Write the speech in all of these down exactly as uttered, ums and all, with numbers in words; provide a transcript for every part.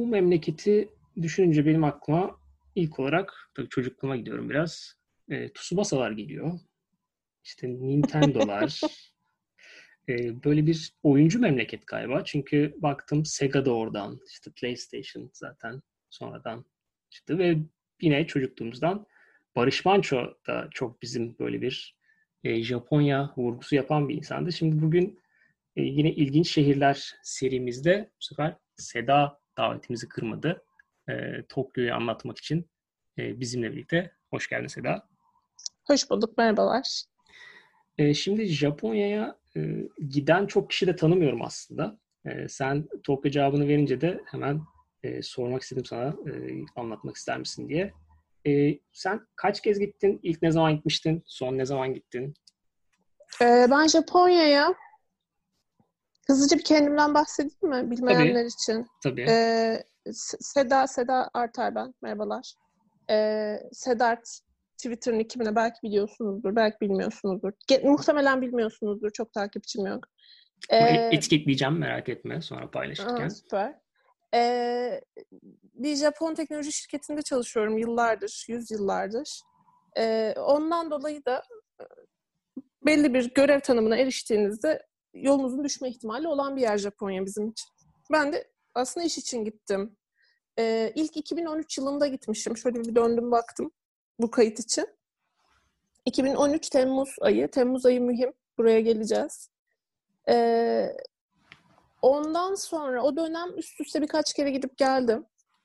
memleketi düşününce benim aklıma ilk olarak tabii çocukluğuma gidiyorum biraz. E, Tsubasa'lar geliyor. İşte Nintendo'lar. E, böyle bir oyuncu memleket galiba. Çünkü baktım Sega da oradan. İşte PlayStation zaten sonradan çıktı ve yine çocukluğumuzdan Barış Manço da çok bizim böyle bir e, Japonya vurgusu yapan bir insandı. Şimdi bugün e, yine ilginç şehirler serimizde bu sefer Seda davetimizi kırmadı. E, Tokyo'yu anlatmak için e, bizimle birlikte. Hoş geldin Seda. Hoş bulduk, merhabalar. E, şimdi Japonya'ya e, giden çok kişi de tanımıyorum aslında. E, sen Tokyo cevabını verince de hemen e, sormak istedim sana e, anlatmak ister misin diye. E, sen kaç kez gittin? İlk ne zaman gitmiştin? Son ne zaman gittin? Ee, ben Japonya'ya hızlıca bir kendimden bahsedeyim mi Tabii, bilmeyenler için? tabii. Ee, Seda, Seda Artay ben, merhabalar. Ee, Sedart Twitter'ın ikimine belki biliyorsunuzdur, belki bilmiyorsunuzdur. Ge- muhtemelen bilmiyorsunuzdur, çok takipçim yok. Ama Ee, etiketleyeceğim merak etme sonra aha, paylaşırken. süper. Ee, bir Japon teknoloji şirketinde çalışıyorum yıllardır, yüz yıllardır. Ee, ondan dolayı da belli bir görev tanımına eriştiğinizde yolunuzun düşme ihtimali olan bir yer Japonya bizim için. Ben de aslında iş için gittim. Ee, ilk iki bin on üç yılında gitmişim. Şöyle bir döndüm baktım bu kayıt için. iki bin on üç Temmuz ayı. Temmuz ayı mühim. Buraya geleceğiz. Ee, ondan sonra o dönem üst üste birkaç kere gidip geldim.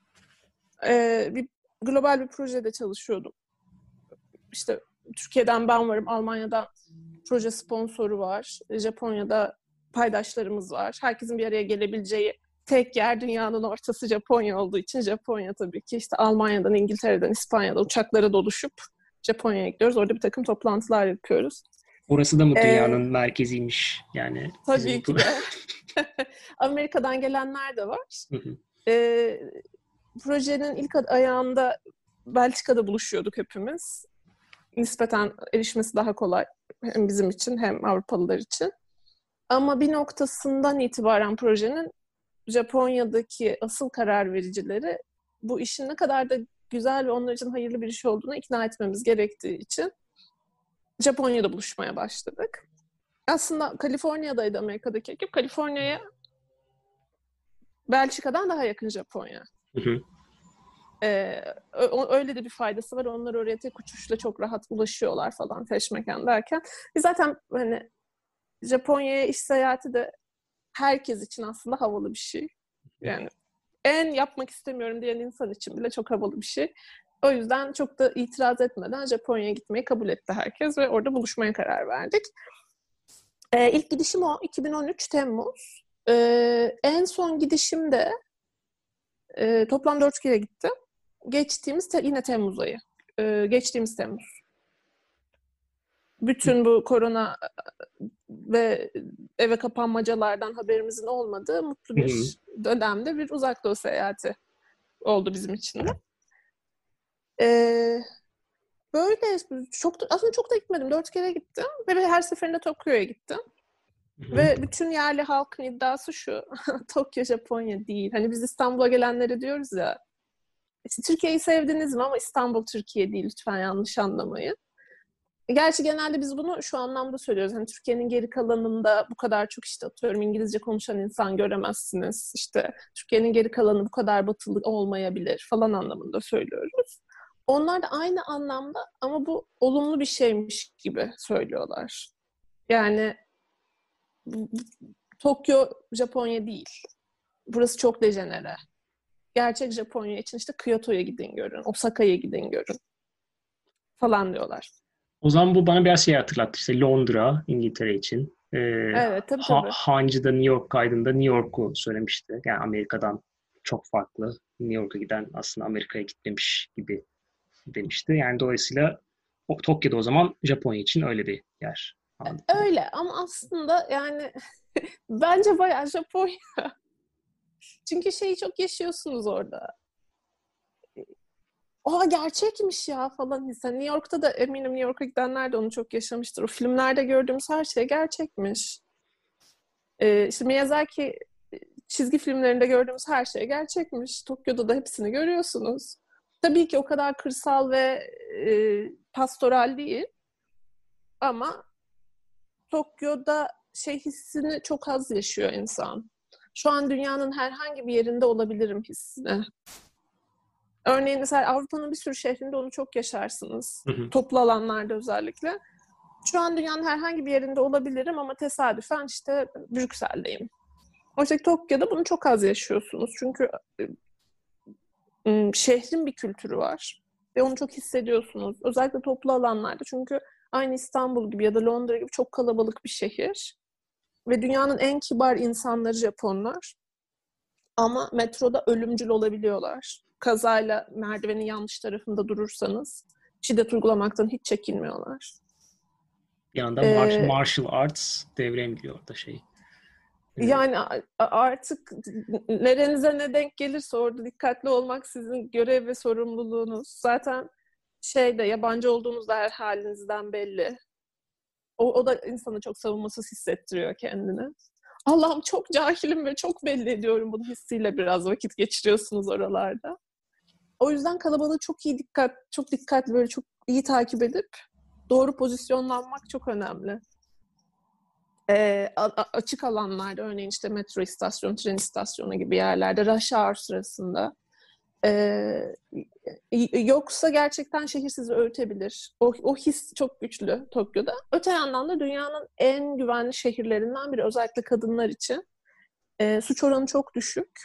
Ee, bir global bir projede çalışıyordum. İşte Türkiye'den ben varım, Almanya'dan proje sponsoru var. Japonya'da paydaşlarımız var. Herkesin bir araya gelebileceği tek yer dünyanın ortası Japonya olduğu için Japonya tabii ki. İşte Almanya'dan, İngiltere'den, İspanya'dan uçaklara doluşup Japonya'ya gidiyoruz. Orada bir takım toplantılar yapıyoruz. Orası da mı Ee, dünyanın merkeziymiş? Yani bizim tabii bu... ki de. Amerika'dan gelenler de var. Ee, projenin ilk ayağında Belçika'da buluşuyorduk hepimiz. Nispeten erişmesi daha kolay. Hem bizim için hem Avrupalılar için. Ama bir noktasından itibaren projenin Japonya'daki asıl karar vericileri bu işin ne kadar da güzel ve onlar için hayırlı bir iş olduğunu ikna etmemiz gerektiği için Japonya'da buluşmaya başladık. Aslında Kaliforniya'daydı Amerika'daki ekip. Kaliforniya'ya Belçika'dan daha yakın Japonya. Ee, öyle de bir faydası var. Onlar oraya tek uçuşla çok rahat ulaşıyorlar falan feşmeken derken. Biz zaten hani Japonya'ya iş seyahati de herkes için aslında havalı bir şey. Yani en yapmak istemiyorum diyen insan için bile çok havalı bir şey. O yüzden çok da itiraz etmeden Japonya'ya gitmeyi kabul etti herkes ve orada buluşmaya karar verdik. Ee, ilk gidişim o. iki bin on üç Temmuz. Ee, en son gidişim de e, toplam dört kere gittim. Geçtiğimiz te- yine Temmuz ayı. Ee, geçtiğimiz Temmuz. Bütün bu korona ve eve kapanmacalardan haberimizin olmadığı mutlu bir dönemde bir uzak doğu seyahati oldu bizim için de. Ee, böyle çok da, aslında çok da gitmedim. Dört kere gittim ve her seferinde Tokyo'ya gittim. Ve bütün yerli halkın iddiası şu. Tokyo Japonya değil. Hani biz İstanbul'a gelenlere diyoruz ya. İşte Türkiye'yi sevdiniz mi ama İstanbul Türkiye değil. Lütfen yanlış anlamayın. Gerçi genelde biz bunu şu anlamda söylüyoruz. Hani Türkiye'nin geri kalanında bu kadar çok işte atıyorum İngilizce konuşan insan göremezsiniz. İşte Türkiye'nin geri kalanı bu kadar batılı olmayabilir falan anlamında söylüyoruz. Onlar da aynı anlamda ama bu olumlu bir şeymiş gibi söylüyorlar. Yani Tokyo Japonya değil. Burası çok dejenere. Gerçek Japonya için işte Kyoto'ya gidin görün, Osaka'ya gidin görün falan diyorlar. O zaman bu bana biraz şey hatırlattı. İşte Londra, İngiltere için. Ee, Evet, tabii ha, tabii. Hancı da New York kaydında New York'u söylemişti. Yani Amerika'dan çok farklı. New York'a giden aslında Amerika'ya gitmemiş gibi demişti. Yani dolayısıyla o, Tokyo'da o zaman Japonya için öyle bir yer. Anladım. Öyle ama aslında yani bence bayağı Japonya. Çünkü şeyi çok yaşıyorsunuz orada. Aa gerçekmiş ya falan. Sen New York'ta da eminim New York'a gidenler de onu çok yaşamıştır. O filmlerde gördüğümüz her şey gerçekmiş. Ee, işte Miyazaki çizgi filmlerinde gördüğümüz her şey gerçekmiş. Tokyo'da da hepsini görüyorsunuz. Tabii ki o kadar kırsal ve e, pastoral değil. Ama Tokyo'da şey hissini çok az yaşıyor insan. Şu an dünyanın herhangi bir yerinde olabilirim hissini. Örneğin mesela Avrupa'nın bir sürü şehrinde onu çok yaşarsınız. Hı hı. Toplu alanlarda özellikle. Şu an dünyanın herhangi bir yerinde olabilirim ama tesadüfen işte Brüksel'deyim. Oysa ki Tokyo'da bunu çok az yaşıyorsunuz. Çünkü ım, şehrin bir kültürü var. Ve onu çok hissediyorsunuz. Özellikle toplu alanlarda. Çünkü aynı İstanbul gibi ya da Londra gibi çok kalabalık bir şehir. Ve dünyanın en kibar insanları Japonlar. Ama metroda ölümcül olabiliyorlar. Kazayla merdivenin yanlış tarafında durursanız şiddet uygulamaktan hiç çekinmiyorlar. Bir anda martial, Ee, martial arts devreye giriyor orada şey. Ee, yani artık nerenize ne denk gelirse orada dikkatli olmak sizin görev ve sorumluluğunuz. Zaten şeyde yabancı olduğunuzda her halinizden belli. O, o da insanı çok savunmasız hissettiriyor kendini. Allah'ım çok cahilim ve çok belli ediyorum bunu hissiyle biraz vakit geçiriyorsunuz oralarda. O yüzden kalabalığı çok iyi dikkat, çok dikkatli böyle çok iyi takip edip doğru pozisyonlanmak çok önemli. Ee, a- açık alanlarda örneğin işte metro istasyonu, tren istasyonu gibi yerlerde rush hour sırasında ee, yoksa gerçekten şehir sizi öğütebilir. O, o his çok güçlü Tokyo'da. Öte yandan da dünyanın en güvenli şehirlerinden biri özellikle kadınlar için. Ee, suç oranı çok düşük.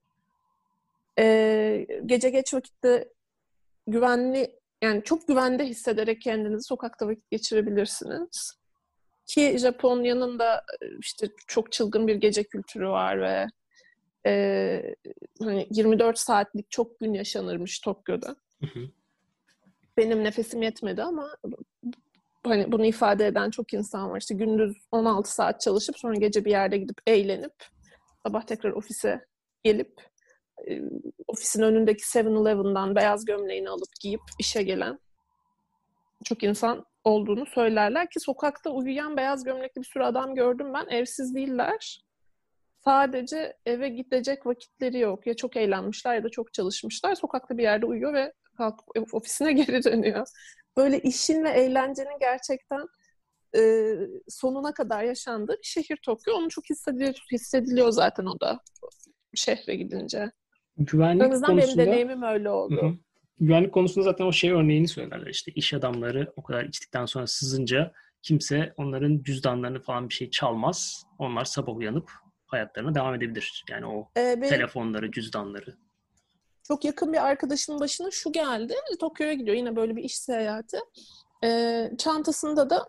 Ee, gece geç vakitte güvenli yani çok güvende hissederek kendinizi sokakta vakit geçirebilirsiniz. Ki Japonya'nın da işte çok çılgın bir gece kültürü var ve e, hani yirmi dört saatlik çok gün yaşanırmış Tokyo'da. Hı hı. Benim nefesim yetmedi ama hani bunu ifade eden çok insan var. İşte gündüz on altı saat çalışıp sonra gece bir yerde gidip eğlenip sabah tekrar ofise gelip e, ofisin önündeki seven eleven'dan beyaz gömleğini alıp giyip işe gelen çok insan olduğunu söylerler ki sokakta uyuyan beyaz gömlekli bir sürü adam gördüm ben. Evsiz değiller. Sadece eve gidecek vakitleri yok. Ya çok eğlenmişler ya da çok çalışmışlar. Sokakta bir yerde uyuyor ve kalkıp ofisine geri dönüyor. Böyle işin ve eğlencenin gerçekten e, sonuna kadar yaşandığı bir şehir Tokyo. Onu çok hissediliyor, hissediliyor zaten o da şehre gidince. En Güvenlik azından benim konusunda deneyimim öyle hı hı. oldu. Güvenlik konusunda zaten o şey örneğini söylerler. İşte iş adamları o kadar içtikten sonra sızınca kimse onların cüzdanlarını falan bir şey çalmaz. Onlar sabah uyanıp hayatlarına devam edebilir. Yani o Ee, benim telefonları, cüzdanları. çok yakın bir arkadaşımın başına şu geldi. Tokyo'ya gidiyor yine böyle bir iş seyahati. Ee, çantasında da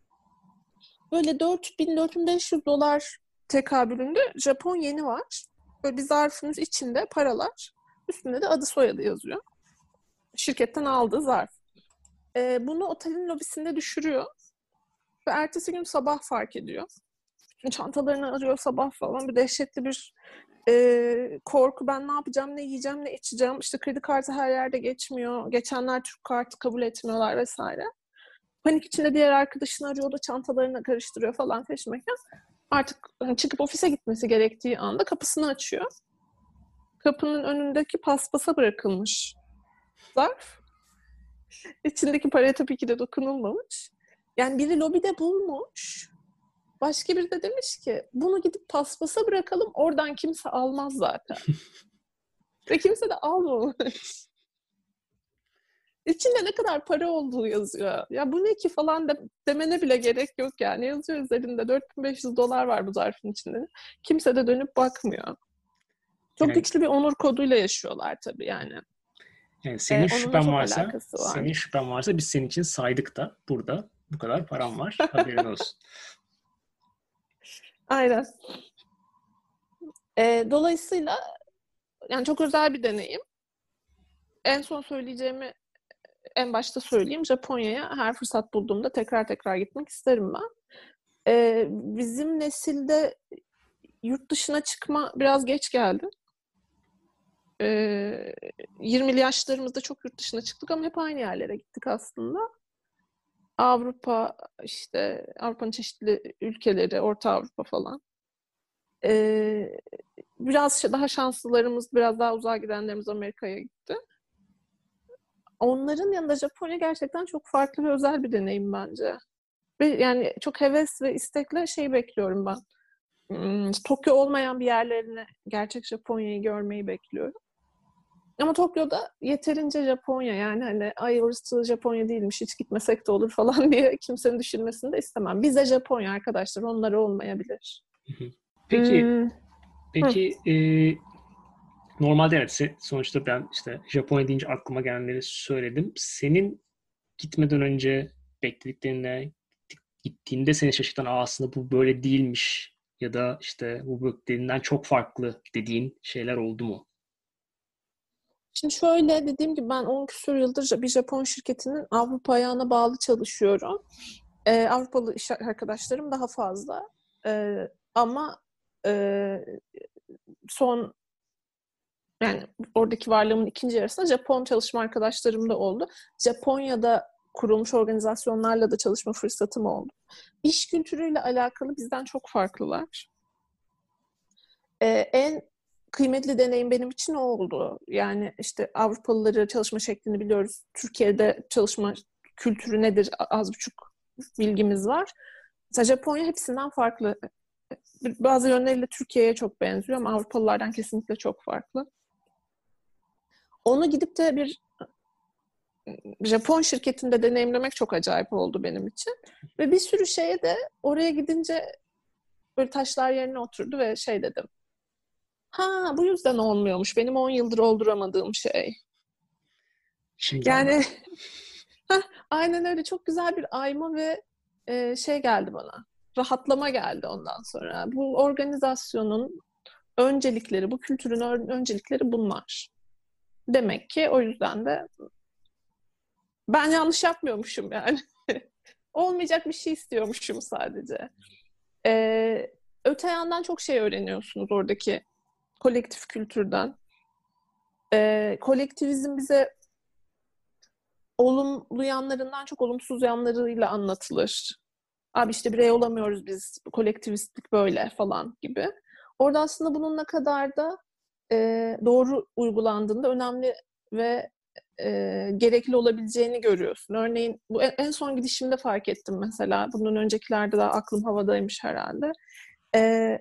böyle dört bin dört bin beş yüz dolar tekabülünde Japon yeni var. Böyle bir zarfın içinde paralar. Üstünde de adı soyadı yazıyor. Şirketten aldığı zarf. Ee, bunu otelin lobisinde düşürüyor. Ve ertesi gün sabah fark ediyor. Bütün çantalarını arıyor sabah falan. Bir dehşetli bir e, korku. Ben ne yapacağım, ne yiyeceğim, ne içeceğim. İşte kredi kartı her yerde geçmiyor. Geçenler Türk kartı kabul etmiyorlar vesaire. Panik içinde diğer arkadaşını arıyor, o da çantalarını karıştırıyor falan peşmeken. Artık hani çıkıp ofise gitmesi gerektiği anda kapısını açıyor. Kapının önündeki paspasa bırakılmış zarf. İçindeki paraya tabii ki de dokunulmamış. Yani biri lobide bulmuş. Başka biri de demiş ki bunu gidip paspasa bırakalım, oradan kimse almaz zaten. Ve kimse de almamış. İçinde ne kadar para olduğu yazıyor. Ya bu ne ki falan de, demene bile gerek yok yani. Yazıyor üzerinde dört bin beş yüz dolar var bu zarfın içinde. Kimse de dönüp bakmıyor. Çok Yani, güçlü bir onur koduyla yaşıyorlar tabii yani. yani senin Ee, onunla şüphen çok varsa, alakası senin var. şüphen varsa biz senin için saydık da burada bu kadar param var. Haberin olsun. Aynen. Ee, dolayısıyla yani çok özel bir deneyim. En son söyleyeceğimi en başta söyleyeyim. Japonya'ya her fırsat bulduğumda tekrar tekrar gitmek isterim ben. Ee, bizim nesilde yurt dışına çıkma biraz geç geldi. Ee, yirmili yaşlarımızda çok yurt dışına çıktık ama hep aynı yerlere gittik aslında. Avrupa, işte Avrupa'nın çeşitli ülkeleri, Orta Avrupa falan. Ee, biraz daha şanslılarımız, biraz daha uzağa gidenlerimiz Amerika'ya gitti. Onların yanında Japonya gerçekten çok farklı ve özel bir deneyim bence. Ve yani çok heves ve istekle şey bekliyorum ben. Hmm, Tokyo olmayan bir yerlerine gerçek Japonya'yı görmeyi bekliyorum. Ama Tokyo'da yeterince Japonya, yani hani ay orası Japonya değilmiş, hiç gitmesek de olur falan diye kimsenin düşünmesini de istemem. Bize Japonya arkadaşlar, onları olmayabilir. Peki, Hmm, hı. peki e, normalde evet se- sonuçta ben işte Japonya deyince aklıma gelenleri söyledim. Senin gitmeden önce beklediklerine gittiğinde seni şaşırtan, Aa, aslında bu böyle değilmiş ya da işte bu beklediğinden çok farklı dediğin şeyler oldu mu? Şimdi şöyle, dediğim gibi ben on küsur yıldır bir Japon şirketinin Avrupa ayağına bağlı çalışıyorum. Ee, Avrupalı iş arkadaşlarım daha fazla. Ee, ama e, son, yani oradaki varlığımın ikinci yarısında Japon çalışma arkadaşlarım da oldu. Japonya'da kurulmuş organizasyonlarla da çalışma fırsatım oldu. İş kültürüyle alakalı bizden çok farklılar. Ee, en kıymetli deneyim benim için o oldu. Yani işte Avrupalıları, çalışma şeklini biliyoruz. Türkiye'de çalışma kültürü nedir az buçuk bilgimiz var. Mesela Japonya hepsinden farklı. Bazı yönleriyle Türkiye'ye çok benziyor ama Avrupalılardan kesinlikle çok farklı. Onu gidip de bir Japon şirketinde deneyimlemek çok acayip oldu benim için. Ve bir sürü şeye de oraya gidince böyle taşlar yerine oturdu ve şey dedim. Ha, bu yüzden olmuyormuş. Benim on yıldır olduramadığım şey. Şimdi Yani anladım. heh, aynen öyle, çok güzel bir ayma ve e, şey geldi bana. Rahatlama geldi ondan sonra. Bu organizasyonun öncelikleri, bu kültürün ön- öncelikleri bunlar. Demek ki o yüzden de ben yanlış yapmıyormuşum yani. Olmayacak bir şey istiyormuşum sadece. Ee, öte yandan çok şey öğreniyorsunuz oradaki kolektif kültürden. Ee, kolektivizm bize olumlu yanlarından çok olumsuz yanlarıyla anlatılır. Abi işte birey olamıyoruz biz, kolektivistlik böyle falan gibi. Orada aslında bunun ne kadar da e, doğru uygulandığında önemli ve e, gerekli olabileceğini görüyorsun. Örneğin bu en, en son gidişimde fark ettim mesela. Bundan öncekilerde de aklım havadaymış herhalde. E,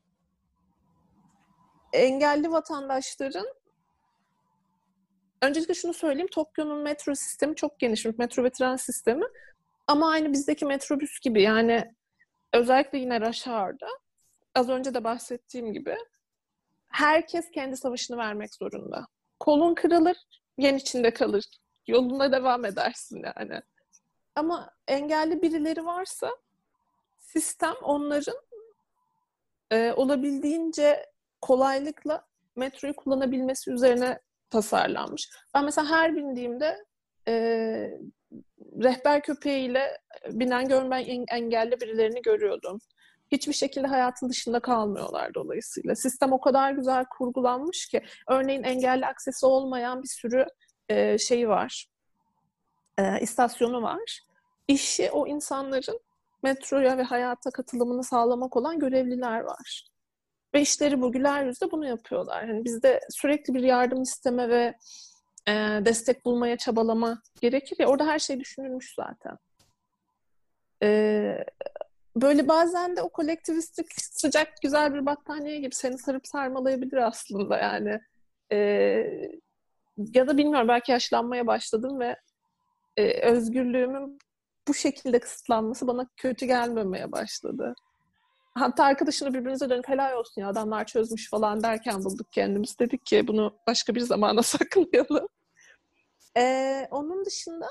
engelli vatandaşların, öncelikle şunu söyleyeyim, Tokyo'nun metro sistemi çok geniş. Metro ve tren sistemi. Ama aynı bizdeki metrobüs gibi, yani özellikle yine rush hour'da az önce de bahsettiğim gibi herkes kendi savaşını vermek zorunda. Kolun kırılır, yen içinde kalır. Yoluna devam edersin yani. Ama engelli birileri varsa sistem onların e, olabildiğince kolaylıkla metroyu kullanabilmesi üzerine tasarlanmış. Ben mesela her bindiğimde e, rehber köpeğiyle binen görmeyen engelli birilerini görüyordum. Hiçbir şekilde hayatın dışında kalmıyorlar dolayısıyla. Sistem o kadar güzel kurgulanmış ki, örneğin engelli aksesi olmayan bir sürü e, şeyi var, e, istasyonu var. İşi o insanların metroya ve hayata katılımını sağlamak olan görevliler var. Ve işleri bu, güler yüzle bunu yapıyorlar. Yani bizde sürekli bir yardım isteme ve e, destek bulmaya çabalama gerekir ya, orada her şey düşünülmüş zaten. E, böyle bazen de o kolektivistlik sıcak güzel bir battaniye gibi seni sarıp sarmalayabilir aslında yani. E, ya da bilmiyorum, belki yaşlanmaya başladım ve e, özgürlüğümün bu şekilde kısıtlanması bana kötü gelmemeye başladı. Hatta arkadaşını birbirimize dönüp helal olsun ya adamlar çözmüş falan derken bulduk kendimiz. Dedik ki bunu başka bir zamana saklayalım. Ee, onun dışında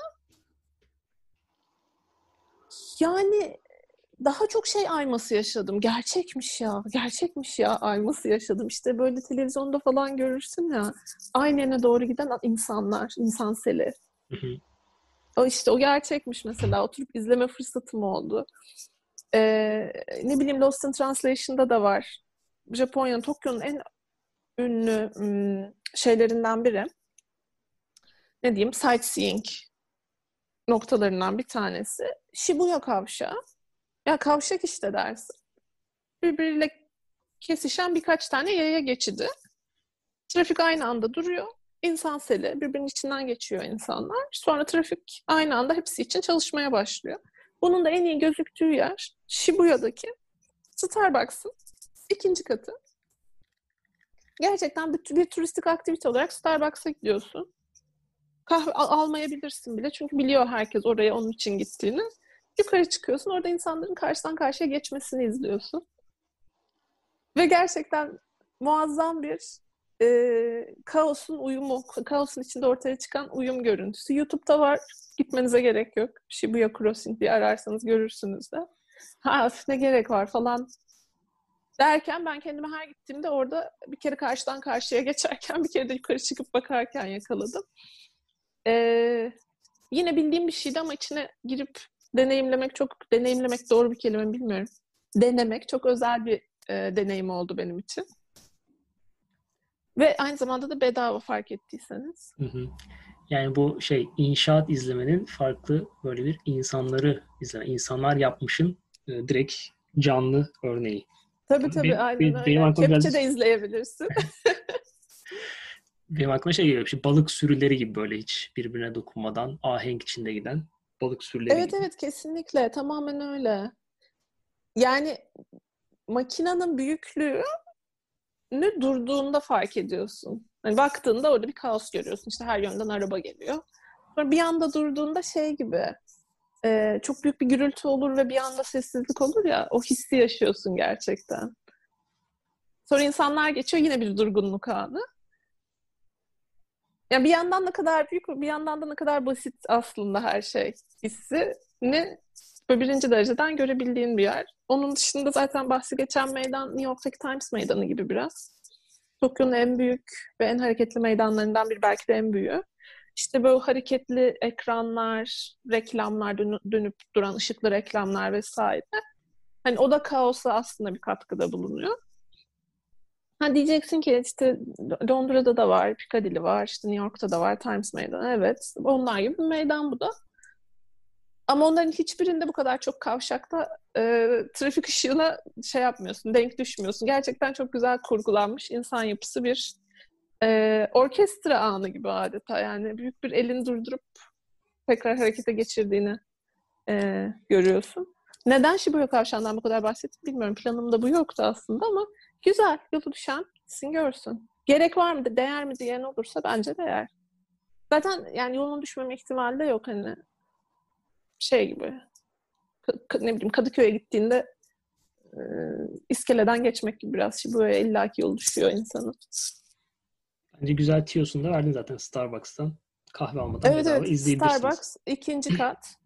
yani daha çok şey ayması yaşadım. Gerçekmiş ya, gerçekmiş ya ayması yaşadım. İşte böyle televizyonda falan görürsün ya, aynene doğru giden insanlar, insan seli. O işte o gerçekmiş mesela. Oturup izleme fırsatım oldu. Ee, ne bileyim, Lost in Translation'da da var. Japonya'nın, Tokyo'nun en ünlü ım, şeylerinden biri. Ne diyeyim? Sightseeing noktalarından bir tanesi. Shibuya Kavşağı. Ya kavşak işte dersin. Birbiriyle kesişen birkaç tane yaya geçidi. Trafik aynı anda duruyor. İnsan seli, birbirinin içinden geçiyor insanlar. Sonra trafik aynı anda hepsi için çalışmaya başlıyor. Bunun da en iyi gözüktüğü yer Shibuya'daki Starbucks'ın ikinci katı. Gerçekten bir, bir turistik aktivite olarak Starbucks'a gidiyorsun. Kahve al- almayabilirsin bile çünkü biliyor herkes oraya onun için gittiğini. Yukarı çıkıyorsun, orada insanların karşıdan karşıya geçmesini izliyorsun. Ve gerçekten muazzam bir e, kaosun uyumu, kaosun içinde ortaya çıkan uyum görüntüsü. YouTube'da var, gitmenize gerek yok. Shibuya Crossing diye ararsanız görürsünüz de. Ha ne gerek var falan derken ben kendimi her gittiğimde orada bir kere karşıdan karşıya geçerken bir kere de yukarı çıkıp bakarken yakaladım. Ee, yine bildiğim bir şeydi ama içine girip deneyimlemek çok, deneyimlemek doğru bir kelime bilmiyorum. Denemek çok özel bir e, deneyim oldu benim için. Ve aynı zamanda da bedava fark ettiyseniz. Hı hı. Yani bu şey inşaat izlemenin farklı böyle bir insanları izleme, insanlar yapmışın e, direkt canlı örneği. Tabii tabii Be- aynen be- benim öyle. aklıma Kepçe biraz de izleyebilirsin. benim aklıma şey geliyor. İşte balık sürüleri gibi böyle hiç birbirine dokunmadan ahenk içinde giden balık sürüleri Evet gibi. evet kesinlikle tamamen öyle. Yani makinenin büyüklüğü ne durduğunda fark ediyorsun. Hani baktığında orada bir kaos görüyorsun. İşte her yönden araba geliyor. Sonra bir anda durduğunda şey gibi e, çok büyük bir gürültü olur ve bir anda sessizlik olur ya o hissi yaşıyorsun gerçekten. Sonra insanlar geçiyor yine bir durgunluk anı. Ya bir yandan ne kadar büyük bir yandan da ne kadar basit aslında her şey hissini böyle birinci dereceden görebildiğin bir yer. Onun dışında zaten bahsi geçen meydan New York'taki Times Meydanı gibi biraz. Tokyo'nun en büyük ve en hareketli meydanlarından biri belki de en büyüğü. İşte böyle hareketli ekranlar, reklamlar, dönüp, dönüp duran ışıklı reklamlar vesaire. Hani o da kaosa aslında bir katkıda bulunuyor. Ha diyeceksin ki işte Londra'da da var, Piccadilly var, işte New York'ta da var, Times Meydanı. Evet, onlar gibi bir meydan bu da. Ama onların hiçbirinde bu kadar çok kavşakta e, trafik ışığına şey yapmıyorsun, denk düşmüyorsun. Gerçekten çok güzel kurgulanmış insan yapısı bir e, orkestra anı gibi adeta. Yani büyük bir elin durdurup tekrar harekete geçirdiğini e, görüyorsun. Neden Shibuya Kavşağı'ndan bu kadar bahsettim bilmiyorum. Planımda bu yoktu aslında ama güzel. Yolu düşen gitsin görsün. Gerek var mı, değer mi diyen olursa bence değer. Zaten yani yolun düşmeme ihtimali de yok hani şey gibi. K- ne bileyim Kadıköy'e gittiğinde e, iskeleden geçmek gibi biraz Shibuya'ya illaki yol düşüyor insanın. Bence güzel tiyosunu da verdin zaten Starbucks'tan. Kahve almadan Evet bedava evet izleyebilirsiniz. Starbucks ikinci kat.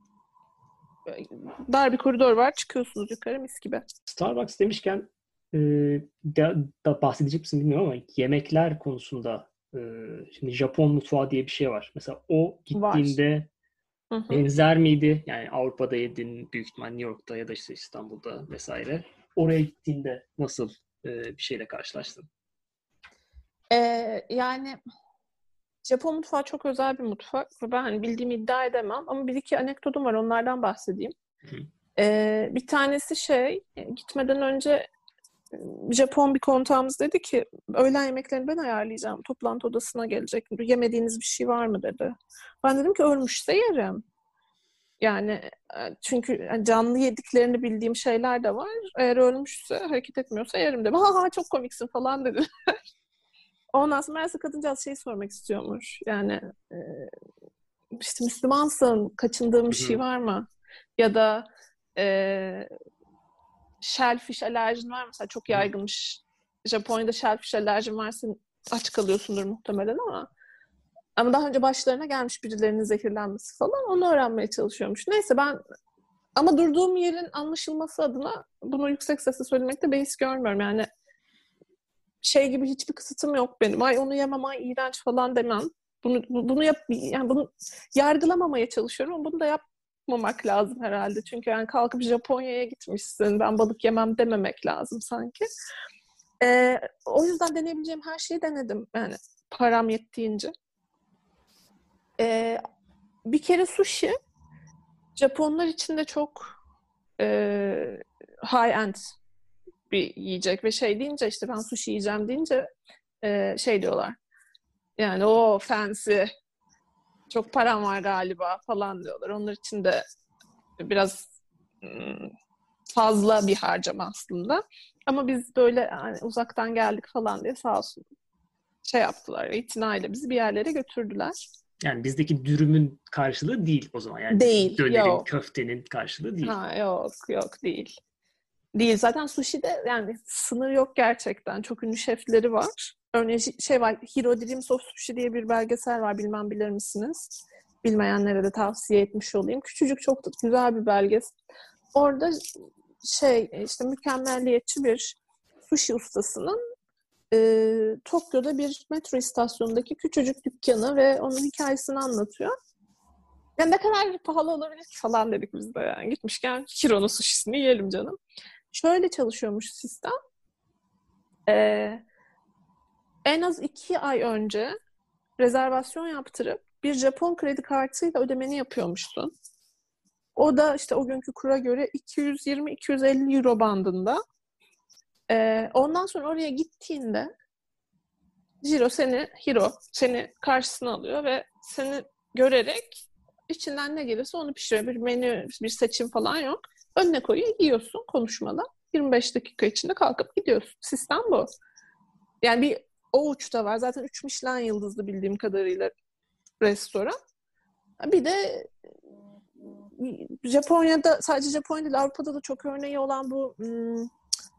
Dar bir koridor var. Çıkıyorsunuz yukarı mis gibi. Starbucks demişken e, da, da bahsedecek misin bilmiyorum ama yemekler konusunda e, şimdi Japon mutfağı diye bir şey var. Mesela o Var. gittiğinde Hı hı. benzer miydi? Yani Avrupa'da yedin, büyük ihtimal New York'ta ya da işte İstanbul'da vesaire. Oraya gittiğinde nasıl e, bir şeyle karşılaştın? Ee, yani Japon mutfağı çok özel bir mutfak ve ben hani bildiğimi iddia edemem ama bir iki anekdotum var onlardan bahsedeyim. Hı hı. Ee, bir tanesi şey gitmeden önce Japon bir kontağımız dedi ki öğlen yemeklerini ben ayarlayacağım. Toplantı odasına gelecek. Yemediğiniz bir şey var mı dedi. Ben dedim ki ölmüşse yerim. Yani e, çünkü yani canlı yediklerini bildiğim şeyler de var. Eğer ölmüşse hareket etmiyorsa yerim dedim. Ha ha çok komiksin falan dedi. Ondan sonra meğerse kadıncağız şeyi sormak istiyormuş. Yani e, işte Müslümansın, kaçındığın Hı bir şey hı. var mı? Ya da e, shellfish alerjin var mı? Mesela çok Hı hı. yaygınmış. Japonya'da shellfish alerjin varsa aç kalıyorsundur muhtemelen ama ama daha önce başlarına gelmiş birilerinin zehirlenmesi falan onu öğrenmeye çalışıyormuş. Neyse ben ama durduğum yerin anlaşılması adına bunu yüksek sesle söylemekte beis görmüyorum. Yani şey gibi hiçbir kısıtım yok benim. Ay onu yemem, ay iğrenç falan demem. Bunu bunu yap yani bunu yargılamamaya çalışıyorum ama bunu da yapmamak lazım herhalde. Çünkü yani kalkıp Japonya'ya gitmişsin. Ben balık yemem dememek lazım sanki. Ee, o yüzden deneyebileceğim her şeyi denedim. Yani param yettiğince. Ee, bir kere sushi Japonlar için de çok e, high end bir yiyecek ve şey deyince işte ben sushi yiyeceğim deyince e, şey diyorlar. Yani o fancy, çok param var galiba falan diyorlar. Onlar için de biraz ım, fazla bir harcama aslında. Ama biz böyle yani uzaktan geldik falan diye sağ olsun şey yaptılar. İtinayla bizi bir yerlere götürdüler. Yani bizdeki dürümün karşılığı değil o zaman. Yani Değil, dönerin, yok. köftenin karşılığı değil. Ha, yok, yok değil. Değil. Zaten sushi'de yani sınır yok gerçekten. Çok ünlü şefleri var. Örneğin şey var, Hero Dreams of Sushi diye bir belgesel var. Bilmem bilir misiniz? Bilmeyenlere de tavsiye etmiş olayım. Küçücük, çok da güzel bir belgesel. Orada şey işte mükemmelliyetçi bir sushi ustasının e, Tokyo'da bir metro istasyonundaki küçücük dükkanı ve onun hikayesini anlatıyor. Yani ne kadar pahalı olabilir ki falan dedik biz de yani. Gitmişken Hiro'nun sushisini yiyelim canım. Şöyle çalışıyormuş sistem. Ee, en az iki ay önce rezervasyon yaptırıp bir Japon kredi kartıyla ödemeni yapıyormuşsun. O da işte o günkü kura göre iki yüz yirmi iki yüz elli euro bandında. Ee, ondan sonra oraya gittiğinde Hiro seni Hiro seni karşısına alıyor ve seni görerek içinden ne gelirse onu pişiriyor. Bir menü, bir seçim falan yok. Önüne koyuyor, yiyorsun konuşmadan. yirmi beş dakika içinde kalkıp gidiyorsun. Sistem bu. Yani bir o uçta var. Zaten üç Michelin yıldızlı bildiğim kadarıyla restoran. Bir de Japonya'da, sadece Japonya'da değil, Avrupa'da da çok örneği olan bu hmm,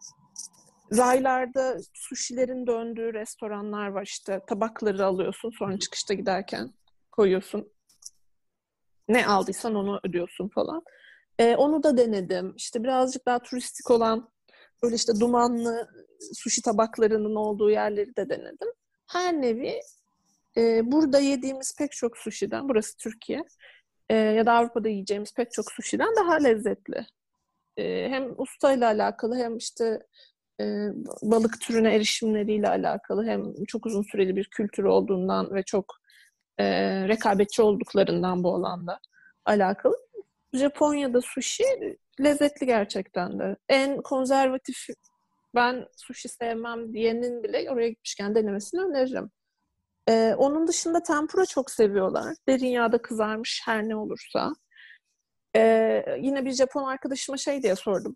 raylarda sushilerin döndüğü restoranlar var işte. Tabakları alıyorsun, sonra çıkışta giderken koyuyorsun. Ne aldıysan onu ödüyorsun falan. Ee, onu da denedim. İşte birazcık daha turistik olan böyle işte dumanlı sushi tabaklarının olduğu yerleri de denedim. Her nevi e, burada yediğimiz pek çok sushi'den, burası Türkiye, e, ya da Avrupa'da yiyeceğimiz pek çok sushi'den daha lezzetli. E, hem ustayla alakalı hem işte e, balık türüne erişimleriyle alakalı, hem çok uzun süreli bir kültür olduğundan ve çok e, rekabetçi olduklarından bu alanda alakalı. Japonya'da sushi lezzetli gerçekten de. En konservatif, ben sushi sevmem diyenin bile oraya gitmişken denemesini öneririm. Ee, onun dışında tempura çok seviyorlar. Derin yağda kızarmış her ne olursa. Ee, yine bir Japon arkadaşıma şey diye sordum.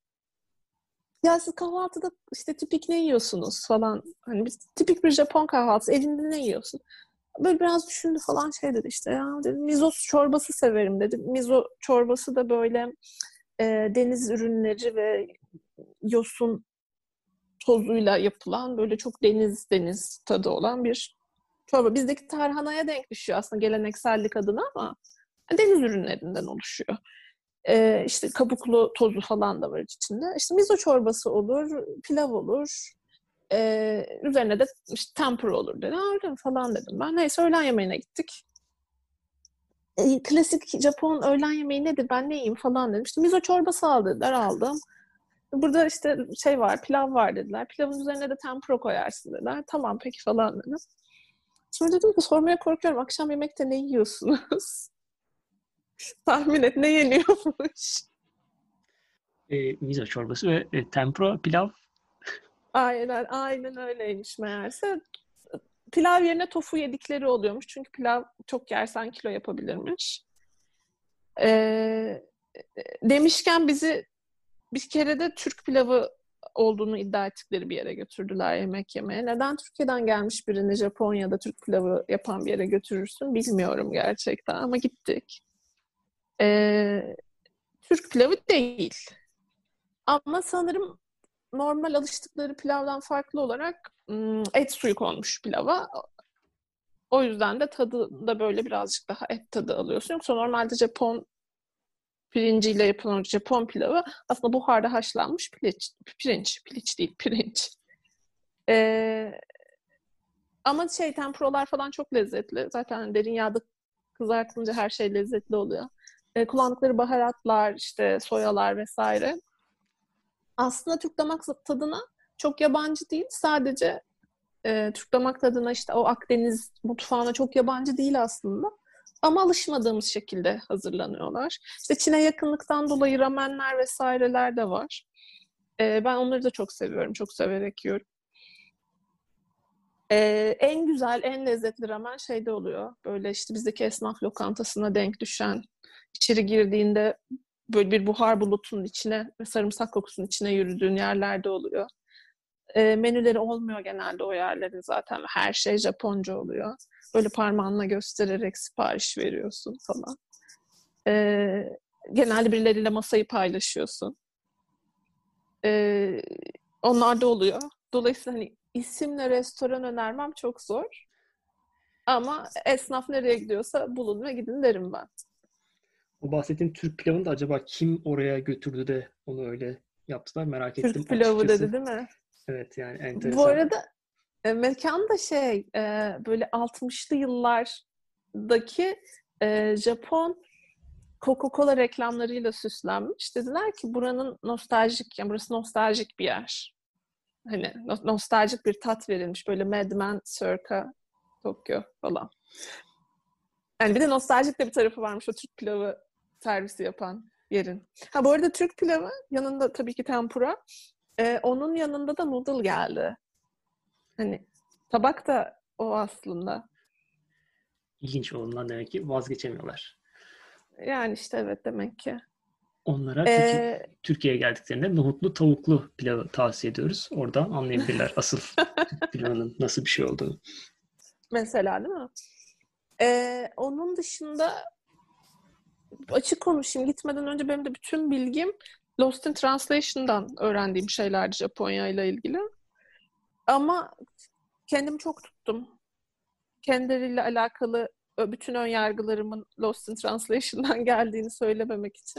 Ya siz kahvaltıda işte tipik ne yiyorsunuz falan. Hani biz, tipik bir Japon kahvaltısı. Evinde ne yiyorsun? Böyle biraz düşündü falan, şey dedi işte ya dedi, mizo çorbası severim dedi. Mizo çorbası da böyle e, deniz ürünleri ve yosun tozuyla yapılan böyle çok deniz deniz tadı olan bir çorba. Bizdeki tarhanaya denk düşüyor aslında geleneksellik adına ama deniz ürünlerinden oluşuyor. Ee, işte kabuklu tozu falan da var içinde. İşte mizo çorbası olur, pilav olur. Ee, üzerine de işte tempura olur dedi. Öyle falan dedim ben. Neyse öğlen yemeğine gittik. Ee, klasik Japon öğlen yemeği nedir, ben ne yiyeyim falan dedim. İşte mizo çorbası al dediler, aldım. Burada işte şey var, pilav var dediler. Pilavın üzerine de tempura koyarsın dediler. Tamam peki falan dedim. Sonra dedim ki sormaya korkuyorum. Akşam yemekte ne yiyorsunuz? Tahmin et ne yeniyormuş? E, miso çorbası ve e, tempura, pilav. Aynen, aynen öyleymiş meğerse. Pilav yerine tofu yedikleri oluyormuş. Çünkü pilav çok yersen kilo yapabilirmiş. Ee, demişken bizi bir kere de Türk pilavı olduğunu iddia ettikleri bir yere götürdüler yemek yemeye. Neden Türkiye'den gelmiş birini Japonya'da Türk pilavı yapan bir yere götürürsün bilmiyorum gerçekten ama gittik. Ee, Türk pilavı değil. Ama sanırım normal alıştıkları pilavdan farklı olarak et suyu konmuş pilava. O yüzden de tadı da böyle birazcık daha et tadı alıyorsun. Yoksa normalde Japon pirinciyle yapılan Japon pilavı aslında buharda haşlanmış pirinç. Pirinç, piliç değil, pirinç. Ee, ama şey tempuralar falan çok lezzetli. Zaten derin yağda kızartınca her şey lezzetli oluyor. Ee, kullandıkları baharatlar, işte soyalar vesaire. Aslında Türk damak tadına çok yabancı değil. Sadece e, Türk damak tadına işte o Akdeniz mutfağına çok yabancı değil aslında. Ama alışmadığımız şekilde hazırlanıyorlar. İşte Çin'e yakınlıktan dolayı ramenler vesaireler de var. E, ben onları da çok seviyorum. Çok severek yiyorum. E, en güzel, en lezzetli ramen şeyde oluyor. Böyle işte bizdeki esnaf lokantasına denk düşen, içeri girdiğinde böyle bir buhar bulutunun içine ve sarımsak kokusunun içine yürüdüğün yerlerde oluyor. E, menüleri olmuyor genelde o yerlerin zaten. Her şey Japonca oluyor. Böyle parmağınla göstererek sipariş veriyorsun falan. E, genelde birileriyle masayı paylaşıyorsun. E, onlar da oluyor. Dolayısıyla hani isimle restoran önermem çok zor. Ama esnaf nereye gidiyorsa bulun ve gidin derim ben. O bahsettiğin Türk pilavını da acaba kim oraya götürdü de onu öyle yaptılar merak ettim Türk pilavı açıkçası. dedi değil mi? Evet yani Bu enteresan. arada e, mekan da şey e, böyle altmışlı yıllardaki e, Japon Coca-Cola reklamlarıyla süslenmiş. Dediler ki buranın nostaljik, yani burası nostaljik bir yer. Hani no- nostaljik bir tat verilmiş. Böyle Mad Men, Circa, Tokyo falan. Yani bir de nostaljik de bir tarafı varmış o Türk pilavı servisi yapan yerin. Ha bu arada Türk pilavı yanında tabii ki tempura. Ee, onun yanında da noodle geldi. Hani tabak da o aslında. İlginç olanlar demek ki vazgeçemiyorlar. Yani işte evet demek ki. Onlara peki Ee, Türkiye'ye geldiklerinde nohutlu tavuklu pilavı tavsiye ediyoruz. Oradan anlayabilirler asıl Türk pilavının nasıl bir şey olduğunu. mesela değil mi? Ee, onun dışında açık konuşayım. Gitmeden önce benim de bütün bilgim Lost in Translation'dan öğrendiğim şeylerdi Japonya ile ilgili. Ama kendimi çok tuttum. Kendileriyle alakalı bütün ön yargılarımın Lost in Translation'dan geldiğini söylememek için.